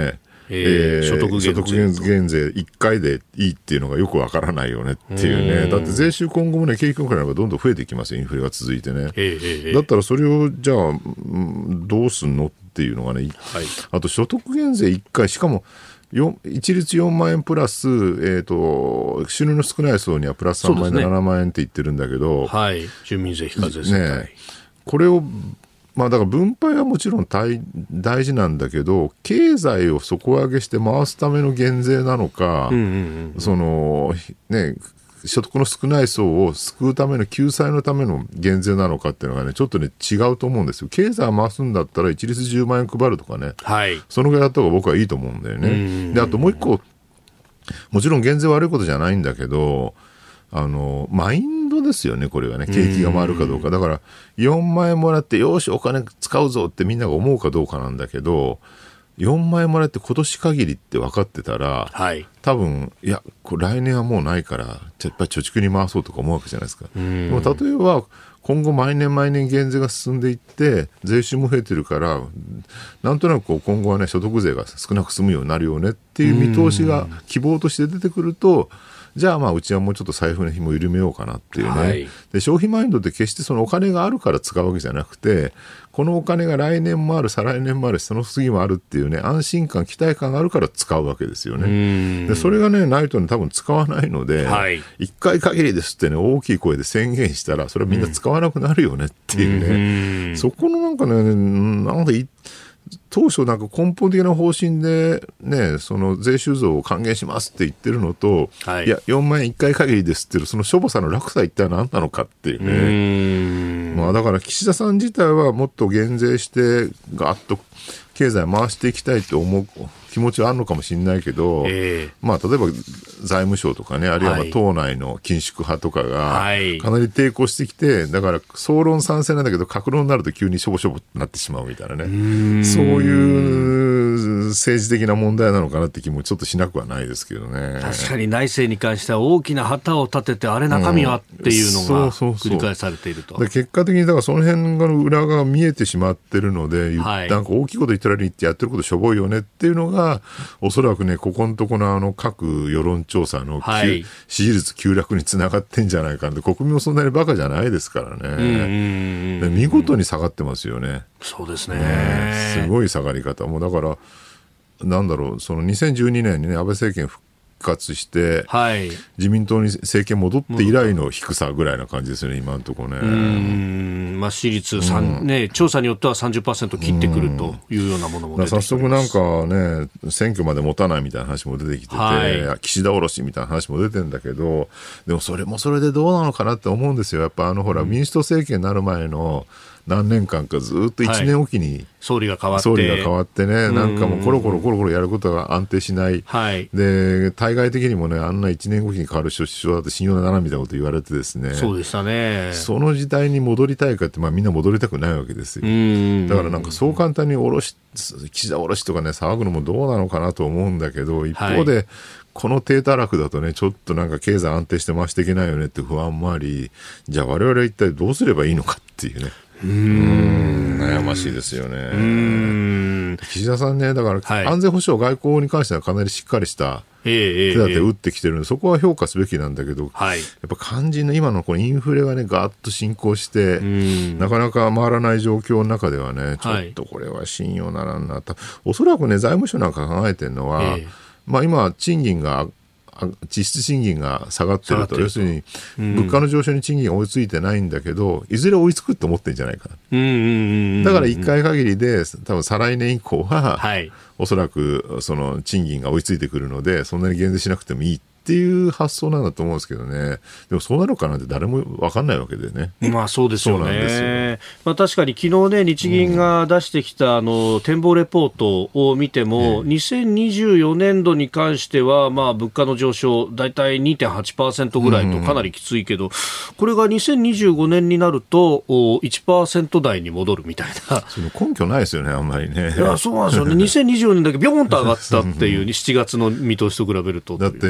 S2: えー、所得減税。
S5: 所得減税いっかいでいいっていうのがよくわからないよねっていうね。だって税収今後もね、景気良くなればどんどん増えていきますよ、インフレが続いてね。
S2: えー、
S5: だったらそれをじゃあどうすんのっていうのがね、はい、あと所得減税いっかい、しかも一律よんまん円プラス、えーと、収入の少ない層にはプラスさんまん円でななまん円って言ってるんだけど、
S2: はい、住民税非課税世帯、
S5: ね、これをまあ、だから分配はもちろん大事なんだけど、経済を底上げして回すための減税なのか、うんうんうん、そのね、所得の少ない層を救うための救済のための減税なのかっていうのがね、ちょっとね違うと思うんですよ。経済を回すんだったら一律じゅうまん円配るとかね、はい、そのぐらいだった方が僕はいいと思うんだよね。うんうんうん、であともう一個、もちろん減税悪いことじゃないんだけど、あのマインドですよね、これはね、景気が回るかどうか。だからよんまん円もらってよしお金使うぞってみんなが思うかどうかなんだけど、よんまん円もらって今年限りって分かってたら、はい、多分いやこれ来年はもうないからやっぱり貯蓄に回そうとか思うわけじゃないですか。でも例えば今後毎年毎年減税が進んでいって税収も増えてるから、なんとなくこう今後はね所得税が少なく済むようになるよねっていう見通しが希望として出てくると、じゃあまあうちはもうちょっと財布の紐を緩めようかなっていうね、はい、で消費マインドって決してそのお金があるから使うわけじゃなくて、このお金が来年もある再来年もあるしその次もあるっていうね、安心感期待感があるから使うわけですよね。でそれがねないとね多分使わないので、はい、いっかい限りですってね大きい声で宣言したらそれはみんな使わなくなるよねっていうね、うそこのなんかねなんで当初なんか根本的な方針で、ね、その税収増を還元しますって言ってるのと、はい、いやよんまん円いっかい限りですっていうそのしょぼさの落差一体何なのかっていうね。うまあ、だから岸田さん自体はもっと減税してガーッと経済を回していきたいと思う気持ちはあるのかもしれないけど、えーまあ、例えば財務省とかね、あるいはまあ党内の緊縮派とかがかなり抵抗してきて、だから総論賛成なんだけど各論になると急にしょぼしょぼになってしまうみたいなね、うそういう政治的な問題なのかなって気もちょっとしなくはないですけどね。
S2: 確かに内政に関しては大きな旗を立ててあれ中身はっていうのが繰り返されていると、
S5: うん、そうそうそう。で結果的にだからその辺の裏側が見えてしまってるので、はい、なんか大きいこと言ったらいいってやってることしょぼいよねっていうのがおそらくねここのとこのあの各世論調査の、はい、支持率急落につながってんじゃないかなって。国民もそんなにバカじゃないですからね。で見事に下がってますよね。
S2: そうですね。
S5: ねすごい下がり方。もうだからなんだろう、そのにせんじゅうにねんにね安倍政権復活して、はい、自民党に政権戻って以来の低さぐらいな感じですよね今のところね。うー
S2: ん、まあ、支持率、うんね、調査によっては さんじゅっパーセント 切ってくるというようなものも出てきております。
S5: 早速なんかね選挙まで持たないみたいな話も出てきてて、はい、岸田おろしみたいな話も出てるんだけど、でもそれもそれでどうなのかなって思うんですよ。やっぱあのほら、うん、民主党政権になる前の何年間かずっといちねんおきに、はい、
S2: 総理が変わって
S5: 総理が変わってね、なんかもうコロコロコロコロやることが安定しない、はい、で対外的にもねあんないちねんおきに変わる首相だって信用ならんみたいなこと言われてですね、
S2: そうでしたね。
S5: その時代に戻りたいかって、まあ、みんな戻りたくないわけですよ。うんだからなんかそう簡単におろし岸田おろしとかね騒ぐのもどうなのかなと思うんだけど、一方で、はい、この低たらくだとねちょっとなんか経済安定して回していけないよねって不安もあり、じゃあ我々は一体どうすればいいのかっていうね、うーん悩ましいですよね。うーん岸田さんね、だから、はい、安全保障外交に関してはかなりしっかりした手立てを打ってきてるので、そこは評価すべきなんだけど、はい、やっぱ肝心の今のこのインフレがねガーッと進行してなかなか回らない状況の中ではねちょっとこれは信用ならんなと、はい、おそらくね財務省なんか考えてるのは、えーまあ、今賃金が実質賃金が下がってると、要するに物価の上昇に賃金が追いついてないんだけど、いずれ追いつくって思ってるんじゃないかな。うんうんうんうん、だからいっかい限りで多分再来年以降は、はい、おそらくその賃金が追いついてくるのでそんなに減税しなくてもいいっていう発想なんだと思うんですけどね。でもそうなるかなんて誰も分かんないわけでね。
S2: まあそうですよね。そうなんですよ。まあ、確かに昨日ね日銀が出してきたあの展望レポートを見ても、うん、にせんにじゅうよねんどに関してはまあ物価の上昇だいたい にてんはちパーセント ぐらいとかなりきついけど、うん、これがにせんにじゅうごねんになると いちパーセント 台に戻るみたいな。
S5: その根拠ないですよねあんまりね。
S2: いやそうなんですよね。にせんにじゅうよねんだけビョーンと上がったっていうしちがつの見通しと比べると。
S5: だって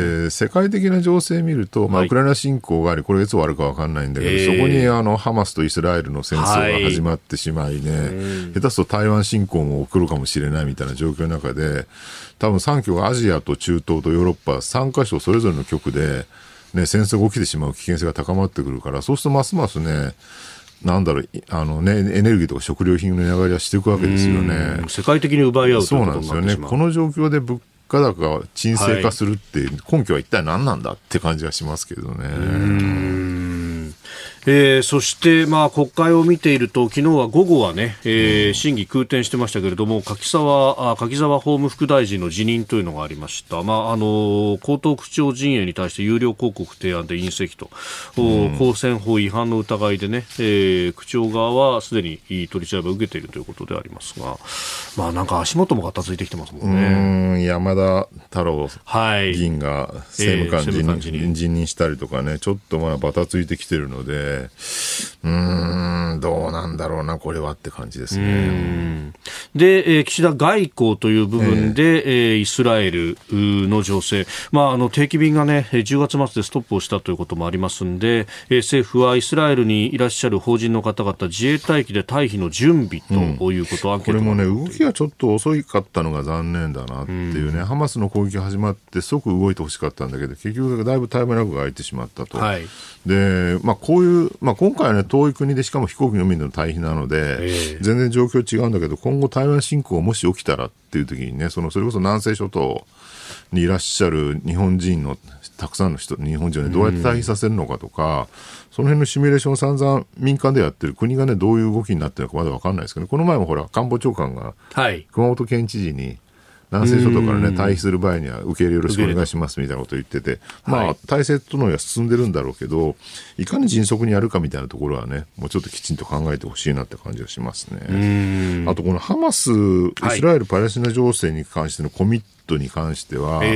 S5: 世界的な情勢を見ると、まあ、ウクライナ侵攻があり、これいつ終わるか分かんないんだけど、えー、そこにあのハマスとイスラエルの戦争が始まってしまいね、はい、下手すると台湾侵攻も起こるかもしれないみたいな状況の中で、多分さんきょくアジアと中東とヨーロッパさんか所それぞれの局で、ね、戦争が起きてしまう危険性が高まってくるから、そうするとますますね、なんだろう、あのね、エネルギーとか食料品の値上がりはしていくわけですよね。
S2: 世界的に奪い合うということになってしまう。
S5: そうなんですよね。この状況で物価高が沈静化するって根拠は一体何なんだって感じがしますけどね。うー
S2: ん、えー、そして、まあ、国会を見ていると昨日は午後はね、えー、審議空転してましたけれども、柿沢、あ、柿沢法務副大臣の辞任というのがありました。まあ、あの江東区長陣営に対して有料広告提案で隕石と、うん、公選法違反の疑いでね、えー、区長側はすでに取り調べを受けているということでありますが、まあ、なんか足元も片付いてきてますもんね。
S5: うん、山田太郎議員が政務官辞任、はい、えー、辞任したりとかね、ちょっとまあバタついてきてるので、うーん、どうなんだろうなこれはって感じですね。
S2: うんで、えー、岸田外交という部分で、えー、イスラエルの情勢、まあ、あの定期便がねじゅうがつ末でストップをしたということもありますので、えー、政府はイスラエルにいらっしゃる法人の方々自衛隊機で退避の準備ということを、うん、アンケート
S5: これもね動きがちょっと遅かったのが残念だなっていうね、うん、ハマスの攻撃が始まって即動いてほしかったんだけど結局だいぶタイムラグが空いてしまったと、はい、で、まあ、こういう、まあ、今回はね遠い国でしかも飛行機のみでの退避なので、えー、全然状況違うんだけど今後台湾侵攻がもし起きたらっていう時にねそのそれこそ南西諸島にいらっしゃる日本人のたくさんの人日本人を、ね、どうやって退避させるのかとか、うん、その辺のシミュレーションを散々民間でやってる国がねどういう動きになってるのかまだ分かんないですけど、ね、この前もほら官房長官が熊本県知事に南西諸島からね退避する場合には受け入れよろしくお願いしますみたいなことを言ってて、まあ体制整えは進んでるんだろうけどいかに迅速にやるかみたいなところはねもうちょっときちんと考えてほしいなって感じがしますね。あとこのハマスイスラエルパレスチナ情勢に関してのコミットに関しては、はい、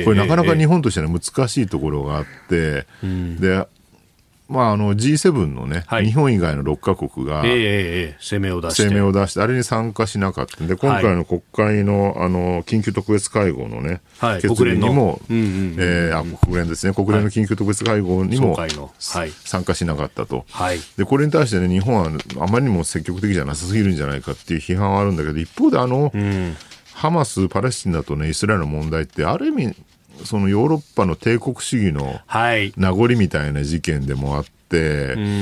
S5: これなかなか日本としては難しいところがあって、でまあ、あの ジーセブン のね、はい、日本以外のろっかこくが、
S2: えー、声明を出して
S5: 声明を出してあれに参加しなかったんで今回の国会の、あの緊急特別会合のね、はい、決議にも国連ですね国連の緊急特別会合にも、はい、参加しなかったと、はい、でこれに対してね日本はあまりにも積極的じゃなさすぎるんじゃないかっていう批判はあるんだけど一方であの、うん、ハマスパレスチナとねイスラエルの問題ってある意味そのヨーロッパの帝国主義の名残みたいな事件でもあって、はい、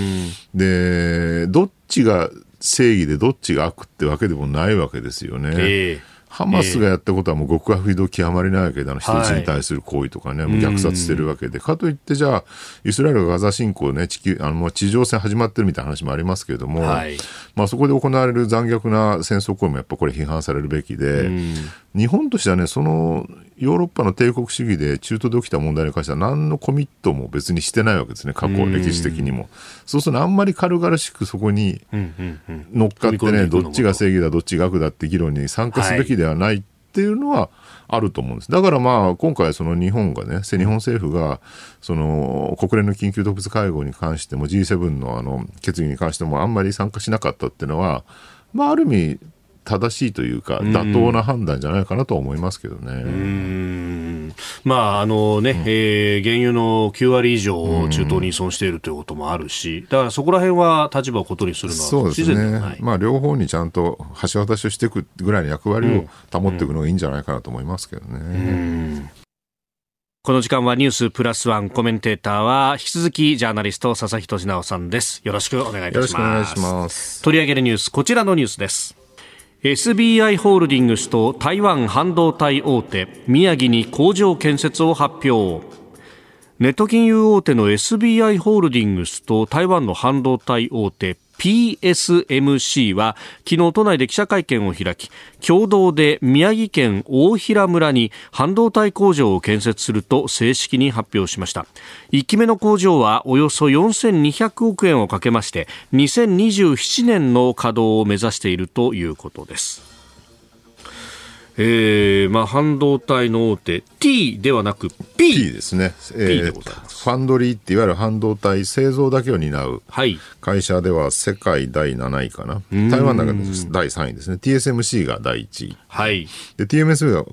S5: でどっちが正義でどっちが悪ってわけでもないわけですよね。えーハマスがやったことはもう極悪非道極まりないわけで、あの人質に対する行為とかね、はい、もう虐殺してるわけで、かといってじゃあイスラエルがガザ侵攻ね、地球あのもう地上戦始まってるみたいな話もありますけれども、はい、まあそこで行われる残虐な戦争行為もやっぱこれ批判されるべきで、日本としてはね、そのヨーロッパの帝国主義で中東で起きた問題に関しては何のコミットも別にしてないわけですね、過去歴史的にも。そうするとあんまり軽々しくそこに乗っかってね、どっちが正義だどっちが悪だって議論に参加すべきではないっていうのはあると思うんです。だからまあ今回その日本がね、日本政府がその国連の緊急特別会合に関しても ジーセブン のあの決議に関してもあんまり参加しなかったっていうのは、まあある意味正しいというか妥当な判断じゃないかなと思いますけどね。うー
S2: んまああのね、うんえー、原油のきゅうわり以上を中東に依存しているということもあるし、だからそこら辺は立場をことにするのは自然ではない。そうですね。
S5: まあ両方にちゃんと橋渡しをしていくぐらいの役割を保っていくのがいいんじゃないかなと思いますけどね。うんうん
S2: この時間はニュースプラスワンコメンテーターは引き続きジャーナリスト佐々木俊直さんです。よろしくお願いいたします。
S5: よろしくお願いします。
S2: 取り上げるニュースこちらのニュースです。エスビーアイ ホールディングスと台湾半導体大手宮城に工場建設を発表。ネット金融大手の エスビーアイ ホールディングスと台湾の半導体大手ピーエスエムシー は昨日都内で記者会見を開き共同で宮城県大平村に半導体工場を建設すると正式に発表しました。いっきめの工場はおよそよんせんにひゃくおくえんをかけましてにせんにじゅうななねんの稼働を目指しているということです。えーまあ、半導体の大手 T ではなく P,
S5: P ですね、えー、ファンドリーっていわゆる半導体製造だけを担う会社では世界だいなないかな、台湾だけだいさんいですね。 ティーエスエムシー がだいいちい、はい、で ティーエムエス が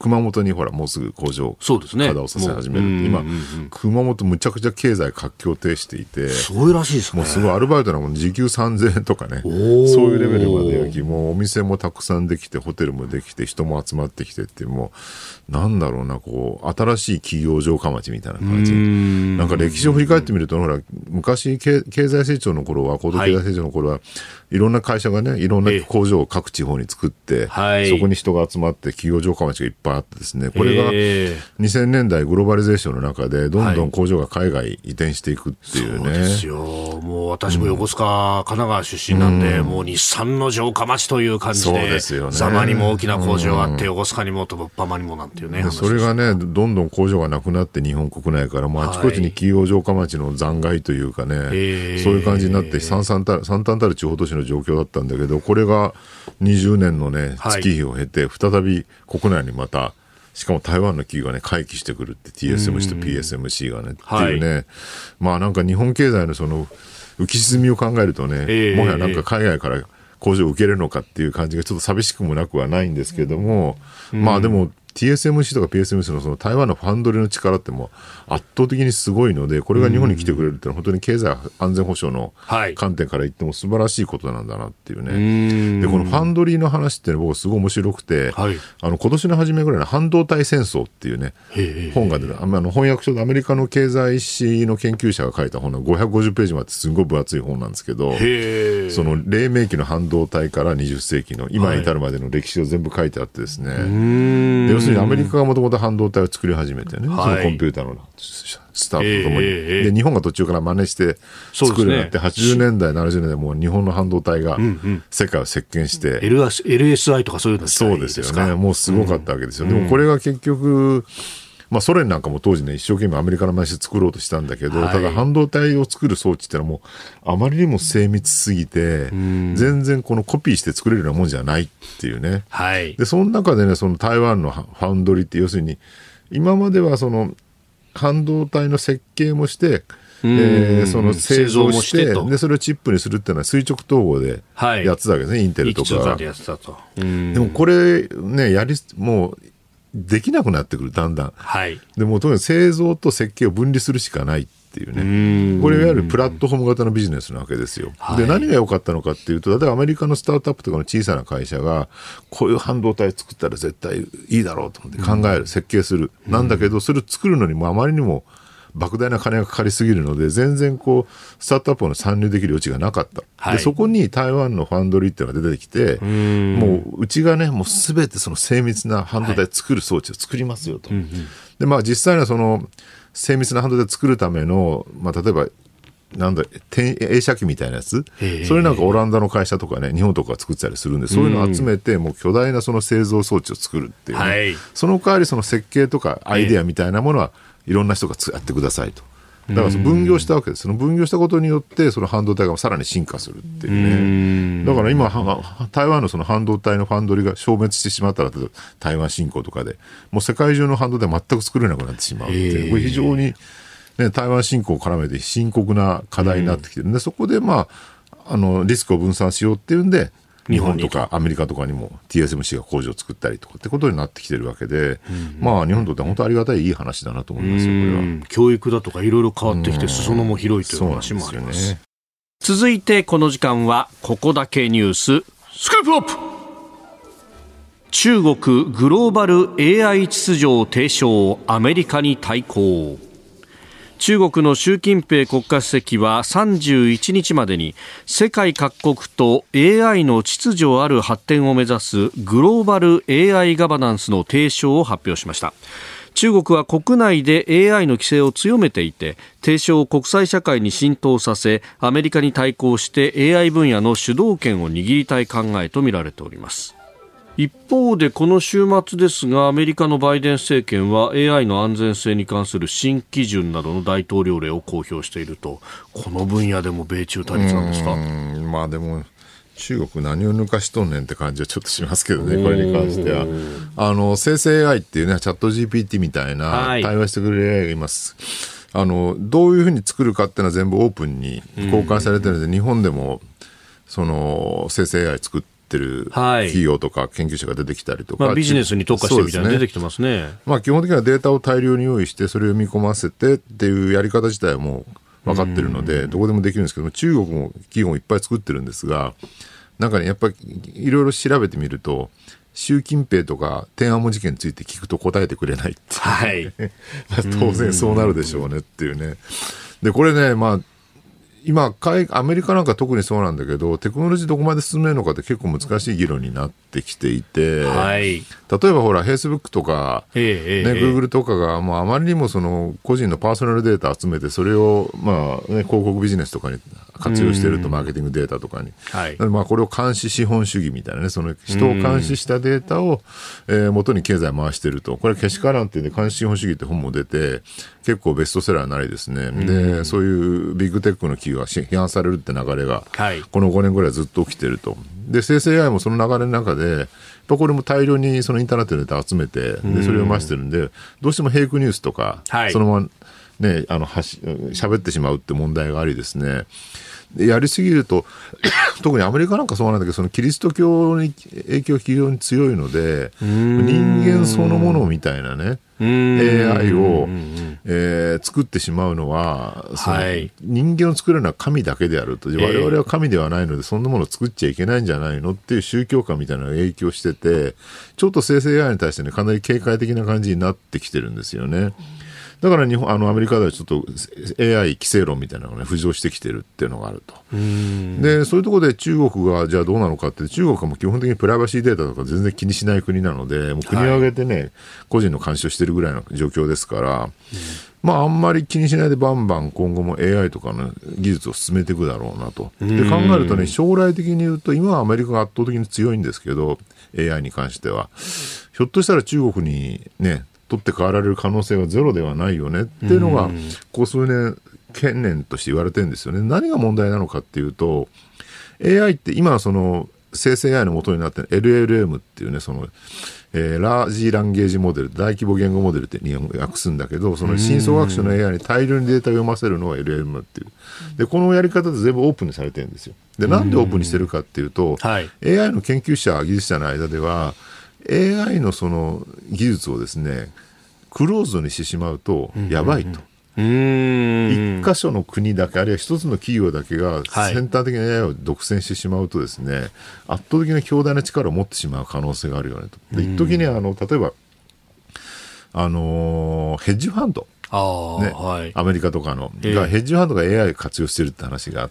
S5: 熊本にほらもうすぐ工場稼働させ始める、ね、今、うんうんうん、熊本むちゃくちゃ経済活況停していて、
S2: すごいらしいですね。
S5: もうすごいアルバイトなんかも時給さんぜんえんとかね、そういうレベルまで焼き、もうお店もたくさんできてホテルもできて人も集まってきてっていう、もうなんだろうな、こう新しい企業城下町みたいな感じ。んなんか歴史を振り返ってみると、ほら昔経済成長の頃は高度経済成長の頃は、はい、いろんな会社がね、いろんな工場を各地方に作って、はい、そこに人が集まって企業城下町がいっぱいあってですね、これがにせんねんだいグローバリゼーションの中でどんどん工場が海外移転していくっていうね、はい、そうですよ。
S2: もう私も横須賀、うん、神奈川出身なんで、うん、もう日産の城下町という感じで、そうですよね、座間にも大きな工場があって、うん、横須賀にも鳥羽にもなんていうね、
S5: それがねどんどん工場がなくなって日本国内からもうあちこちに企業城下町の残骸というかね、はい、そういう感じになって惨々たる惨憺たる地方都市の状況だったんだけど、これがにじゅうねんのね月日を経て再び国内にまた、しかも台湾の企業がね回帰してくるって、 ティーエスエムシー と ピーエスエムシー がねっていうね、はい、まあなんか日本経済のその浮き沈みを考えるとね、えー、もはやなんか海外から工場を受けれるのかっていう感じがちょっと寂しくもなくはないんですけども、うん、まあでもティーエスエムシー とか ピーエスエムシー の, その台湾のファンドリの力ってもう圧倒的にすごいので、これが日本に来てくれるってのは本当に経済安全保障の観点から言っても素晴らしいことなんだなっていうね。でこのファンドリーの話って僕すごい面白くて、はい、あの今年の初めぐらいの半導体戦争っていうね本が出た、あの翻訳書でアメリカの経済史の研究者が書いた本のごひゃくごじゅっページまですごい分厚い本なんですけど、その黎明期の半導体からにじゅっせいきの今に至るまでの歴史を全部書いてあってですね、はい、で要するにアメリカがもともと半導体を作り始めてね、はい、そのコンピューターのスタートとともに、えー、で日本が途中から真似して作るようになって、ね、はちじゅうねんだいななじゅうねんだいもう日本の半導体が世界を席巻して、うんうん、
S2: エルエスアイ とかそういうの
S5: そうですよね、もうすごかったわけですよ、うん、でもこれが結局、まあ、ソ連なんかも当時ね一生懸命アメリカの真似して作ろうとしたんだけど、はい、ただ半導体を作る装置ってのはもうあまりにも精密すぎて、うん、全然このコピーして作れるようなもんじゃないっていうね、はい、でその中でねその台湾のファンドリーって要するに今まではその半導体の設計もして、えー、その製造もしてでそれをチップにするっていうのは垂直統合でやってたわけですね、はい、インテルとかでやってたと。でもこれねやりもうできなくなってくるだんだん、はい、でもとにかく製造と設計を分離するしかないっていうね、これいわゆるプラットフォーム型のビジネスなわけですよ、はい、で何が良かったのかっていうと、例えばアメリカのスタートアップとかの小さな会社がこういう半導体作ったら絶対いいだろうと思って考える、設計するなんだけど、それを作るのにもあまりにも莫大な金がかかりすぎるので全然こうスタートアップの参入できる余地がなかった、はい、でそこに台湾のファンドリーっていうのが出てきて、うもううちがねもうすべてその精密な半導体作る装置を作りますよと、はい、でまあ実際にはその精密な半導体作るための、まあ、例えばなんだ映写機みたいなやつ、それなんかオランダの会社とかね日本とか作ってたりするんで、そういうのを集めてもう巨大なその製造装置を作るっていう、ね、はい、その代わりその設計とかアイデアみたいなものはいろんな人がやってくださいと。だからその分業したわけです。その分業したことによってその半導体がさらに進化するっていうね。だから今台湾のその半導体のファンドリーが消滅してしまったら台湾侵攻とかでもう世界中の半導体全く作れなくなってしまうっていう、これ非常に、ね、台湾侵攻を絡めて深刻な課題になってきてるんで、そこでまああのリスクを分散しようっていうんで日本とかアメリカとかにも ティーエスエムシー が工場を作ったりとかってことになってきてるわけで、うんうん、まあ日本にとっては本当ありがたいいい話だなと思いますよ。これは
S2: 教育だとかいろいろ変わってきて裾野も広いという話もあります。続いてこの時間はここだけニューススクープアップ。中国グローバル エーアイ 秩序提唱、アメリカに対抗。中国の習近平国家主席はさんじゅういちにちまでに世界各国と エーアイ の秩序ある発展を目指すグローバル エーアイ ガバナンスの提唱を発表しました。中国は国内で エーアイ の規制を強めていて、提唱を国際社会に浸透させ、アメリカに対抗して エーアイ 分野の主導権を握りたい考えとみられております。一方でこの週末ですが、アメリカのバイデン政権は エーアイ の安全性に関する新基準などの大統領令を公表していると。この分野でも米中対立なんですか。
S5: うーん、まあでも中国何を抜かしとんねんって感じはちょっとしますけどね、これに関しては。あの生成 エーアイ っていうね、チャット ジーピーティー みたいな対話してくれる エーアイ がいます。あのどういうふうに作るかっていうのは全部オープンに公開されているので、日本でもその生成 エーアイ 作ってってる企業とか研究者が出てきたりとか、
S2: まあ、ビジネスに特化してみたいなの出てきてますね。
S5: まあ、基本的にはデータを大量に用意してそれを見込ませてっていうやり方自体はもう分かってるのでどこでもできるんですけども、中国も企業もいっぱい作ってるんですが、なんかねやっぱりいろいろ調べてみると習近平とか天安門事件について聞くと答えてくれないっていう、はいまあ、当然そうなるでしょうねっていうね。でこれね、まあ今アメリカなんか特にそうなんだけど、テクノロジーどこまで進めるのかって結構難しい議論になってきていて、はい、例えばほらフェイスブックとか、えーねえー、グーグルとかがもうあまりにもその個人のパーソナルデータ集めてそれを、まあね、広告ビジネスとかに活用していると、マーケティングデータとかに、はい、まあこれを監視資本主義みたいなね、その人を監視したデータを、えー、元に経済を回していると、これけしからんっていうで監視資本主義って本も出て結構ベストセラーになりですね、でそういうビッグテックの企業が批判されるって流れが、はい、このごねんぐらいずっと起きてると。で生成 エーアイ もその流れの中でやっぱこれも大量にそのインターネットでデータ集めてでそれを増してるんで、どうしてもフェイクニュースとか、はい、そのままねあのはし喋ってしまうって問題がありですね、でやりすぎると特にアメリカなんかそうなんだけど、そのキリスト教に影響が非常に強いので人間そのものみたいなねエーアイ を、えー、作ってしまうのは、その、はい、人間を作るのは神だけであると、我々は神ではないのでそんなものを作っちゃいけないんじゃないのっていう宗教観みたいなのが影響してて、ちょっと生成 エーアイ に対して、ね、かなり警戒的な感じになってきてるんですよね。だから日本あのアメリカではちょっと エーアイ 規制論みたいなのが、ね、浮上してきてるっていうのがあると。でそういうところで中国がじゃあどうなのかって、中国はもう基本的にプライバシーデータとか全然気にしない国なので、もう国を挙げてね、はい、個人の監視をしてるぐらいの状況ですから、まああんまり気にしないでバンバン今後も エーアイ とかの技術を進めていくだろうなと。で考えるとね、将来的に言うと今はアメリカが圧倒的に強いんですけど エーアイ に関してはひょっとしたら中国にね取って代わられる可能性はゼロではないよねっていうのがここ数年懸念として言われてるんですよね。何が問題なのかっていうと エーアイ って今その生成 エーアイ の元になっている エルエルエム っていうね、その、えー、ラージランゲージモデル、大規模言語モデルって日本語訳すんだけど、その深層学習の エーアイ に大量にデータを読ませるのが エルエルエム っていう。でこのやり方で全部オープンにされてるんですよ。でなんでオープンにしてるかっていうと、はい、エーアイ の研究者技術者の間では エーアイ のその技術をですねクローズドにしてしまうとやばいと。うーん、一箇所の国だけあるいは一つの企業だけがセンター的な エーアイ を独占してしまうとですね、はい、圧倒的な強大な力を持ってしまう可能性があるよねと。で一時にあの例えばあのー、ヘッジファンドあ、ねはい、アメリカとかの、えー、ヘッジファンドが エーアイ を活用してるって話があって、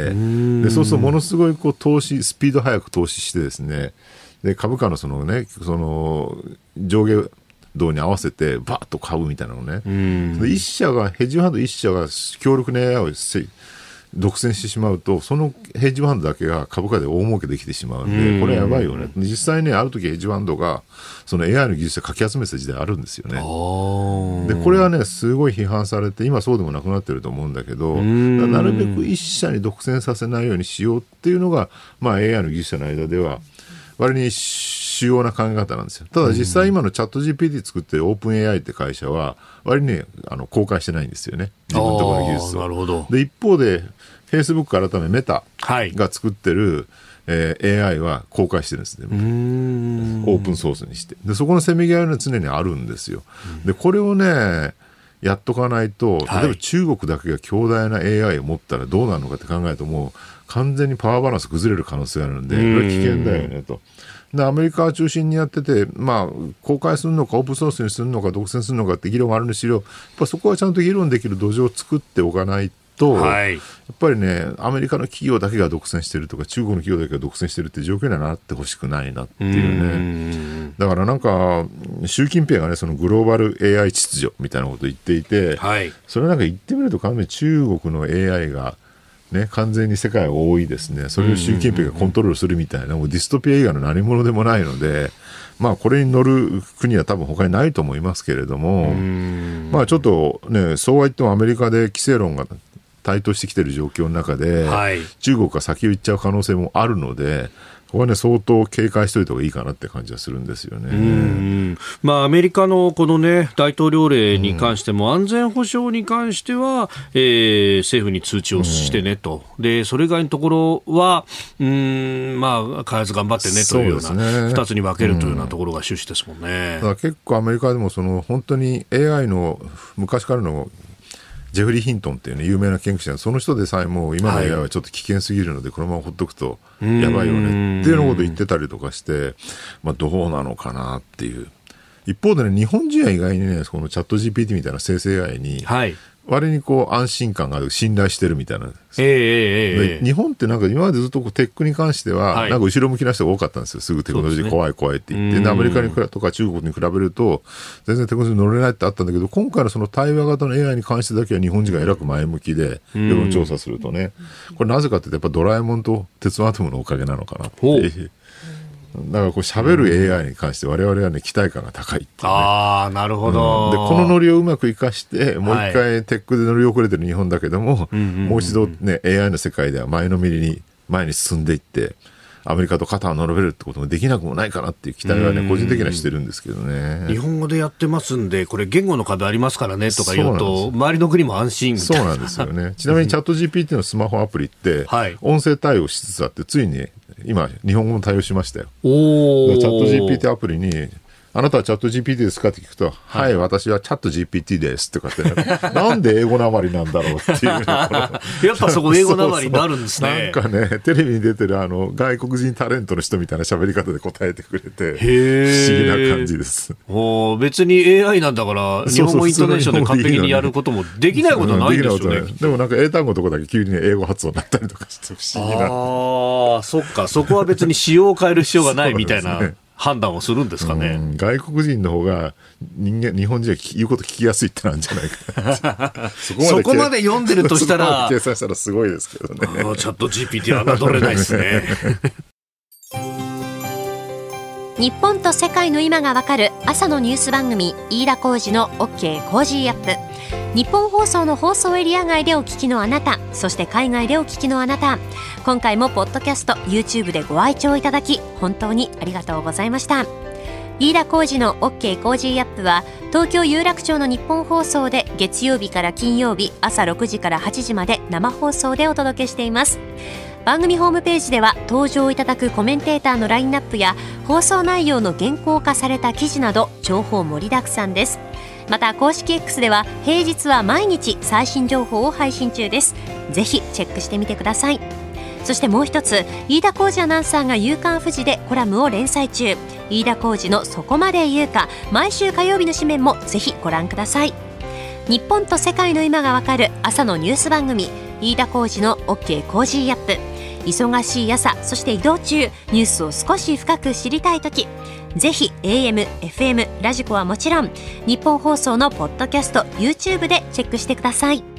S5: でそうするとものすごいこう投資スピード速く投資してですね、で株価のそのねその上下動に合わせてバーッと買うみたいなのね、うん一社がヘッジファンド一社が強力な エーアイ を独占してしまうとそのヘッジファンドだけが株価で大儲けできてしまうんで、うんこれはやばいよね。実際ねある時ヘッジファンドがその エーアイ の技術でかき集めてた時代あるんですよね。でこれはねすごい批判されて今そうでもなくなってると思うんだけど、なるべく一社に独占させないようにしようっていうのが、まあ、エーアイ の技術者の間では割に主要な考え方なんですよ。ただ実際今のチャット ジーピーティー 作ってるオープン エーアイ って会社は割に、ね、あの公開してないんですよね、自分のところの技術を。なるほど。で一方で Facebook 改めメタが作ってる、はいえー、エーアイ は公開してるんですね。うーんオープンソースにしてでそこのせめぎ合いは常にあるんですよ。でこれをねやっとかないと、例えば中国だけが強大な エーアイ を持ったらどうなるのかって考えるともう完全にパワーバランス崩れる可能性があるのでこれは危険だよねと。でアメリカを中心にやってて、まあ、公開するのかオープンソースにするのか独占するのかって議論があるにしろやっぱそこはちゃんと議論できる土壌を作っておかないと、はい、やっぱりねアメリカの企業だけが独占してるとか中国の企業だけが独占してるって状況にはなってほしくないなっていうね。だからなんか習近平がねそのグローバル エーアイ 秩序みたいなことを言っていて、はい、それなんか言ってみると完全に中国の エーアイ がね、完全に世界を覆いですねそれを習近平がコントロールするみたいな、もうディストピア以外の何者でもないので、まあ、これに乗る国は多分他にないと思いますけれども、まあ、ちょっと、ね、そうは言ってもアメリカで規制論が台頭してきている状況の中で、はい、中国が先を行っちゃう可能性もあるのでここはね相当警戒しておいた方がいいかなって感じはするんですよね。
S2: うん、まあ、アメリカのこの、ね、大統領令に関しても、うん、安全保障に関しては、えー、政府に通知をしてねと、うん、でそれ以外のところはうーん、まあ、開発頑張ってねというようなふたつに分けるというようなところが趣旨ですもんね。
S5: だから結構アメリカでもその本当に エーアイ の昔からのジェフリー・ヒントンっていう、ね、有名な研究者、その人でさえも今の エーアイ はちょっと危険すぎるので、はい、このままほっとくとやばいよねっていうようなことを言ってたりとかして、まあ、どうなのかなっていう。一方でね、日本人は意外にね、このチャット ジーピーティー みたいな生成 エーアイ に、はい割にこう安心感がある、信頼してるみたいな、えーえー、日本ってなんか今までずっとこうテックに関しては、はい、なんか後ろ向きな人が多かったんですよ。すぐテクノロジー怖い怖いって言って、でアメリカにとか中国に比べると全然テクノロジー乗れないってあったんだけど、今回のその対話型の エーアイ に関してだけは日本人がえらく前向きで、世論調査するとね、これなぜかって言うとやっぱドラえもんと鉄腕アトムのおかげなのかなっていう。だからこう喋る エーアイ に関して我々はね期待感が高いっていうね。
S2: ああ、なるほど、
S5: うん、でこのノリをうまく生かしてもう一回テックで乗り遅れてる日本だけども、はい、もう一度ね エーアイ の世界では前のめりに前に進んでいってアメリカと肩を並べるってこともできなくもないかなっていう期待はね個人的にはしてるんですけどね。
S2: 日本語でやってますんでこれ言語の壁ありますからねとか言うと周りの国も安心みたいな。
S5: そうなんですよね。ちなみにチャット ジーピーティー のスマホアプリって音声対応しつつあってついに今日本語も対応しましたよ。おーチャット ジーピーティー アプリにあなたはチャット ジーピーティー ですかって聞くと、はい、はい、私はチャット ジーピーティー ですってかって、ね、なんで英語なまりなんだろうっていうやっ
S2: ぱそこ英語なまりになるんですね。
S5: そうそうなんかねテレビに出てるあの外国人タレントの人みたいな喋り方で答えてくれて不思議な感じです。
S2: お別に エーアイ なんだから日本語イントネーションで完璧にやることもできないことはないんですよね。で,
S5: でもなんか英単語とかだけ急に、ね、英語発音になったりとかして不思議な。
S2: ああそっか、そこは別に仕様を変える必要がないみたいな判断をするんですかね。
S5: うん外国人の方が人間日本人は言うこと聞きやすいってなんじゃないかな
S2: そ, こまそこまで読んでるとしたら
S5: 計算したらすごいですけどね。
S2: チャット ジーピーティー は侮れないですね
S7: 日本と世界の今がわかる朝のニュース番組飯田浩司の OK コージーアップ。日本放送の放送エリア外でお聞きのあなた、そして海外でお聞きのあなた、今回もポッドキャスト YouTube でご愛聴いただき本当にありがとうございました。飯田浩司の OK コージーアップは東京有楽町の日本放送で月曜日から金曜日朝ろくじからはちじまで生放送でお届けしています。番組ホームページでは登場いただくコメンテーターのラインナップや放送内容の原稿化された記事など情報盛りだくさんです。また公式 X では平日は毎日最新情報を配信中です。ぜひチェックしてみてください。そしてもう一つ、飯田浩司アナウンサーが夕刊フジでコラムを連載中、飯田浩司のそこまで言うか、毎週火曜日の紙面もぜひご覧ください。日本と世界の今がわかる朝のニュース番組飯田浩司の OK コージーアップ。忙しい朝、そして移動中、ニュースを少し深く知りたいとき、ぜひ エーエム、エフエム、ラジコはもちろん日本放送のポッドキャスト YouTube でチェックしてください。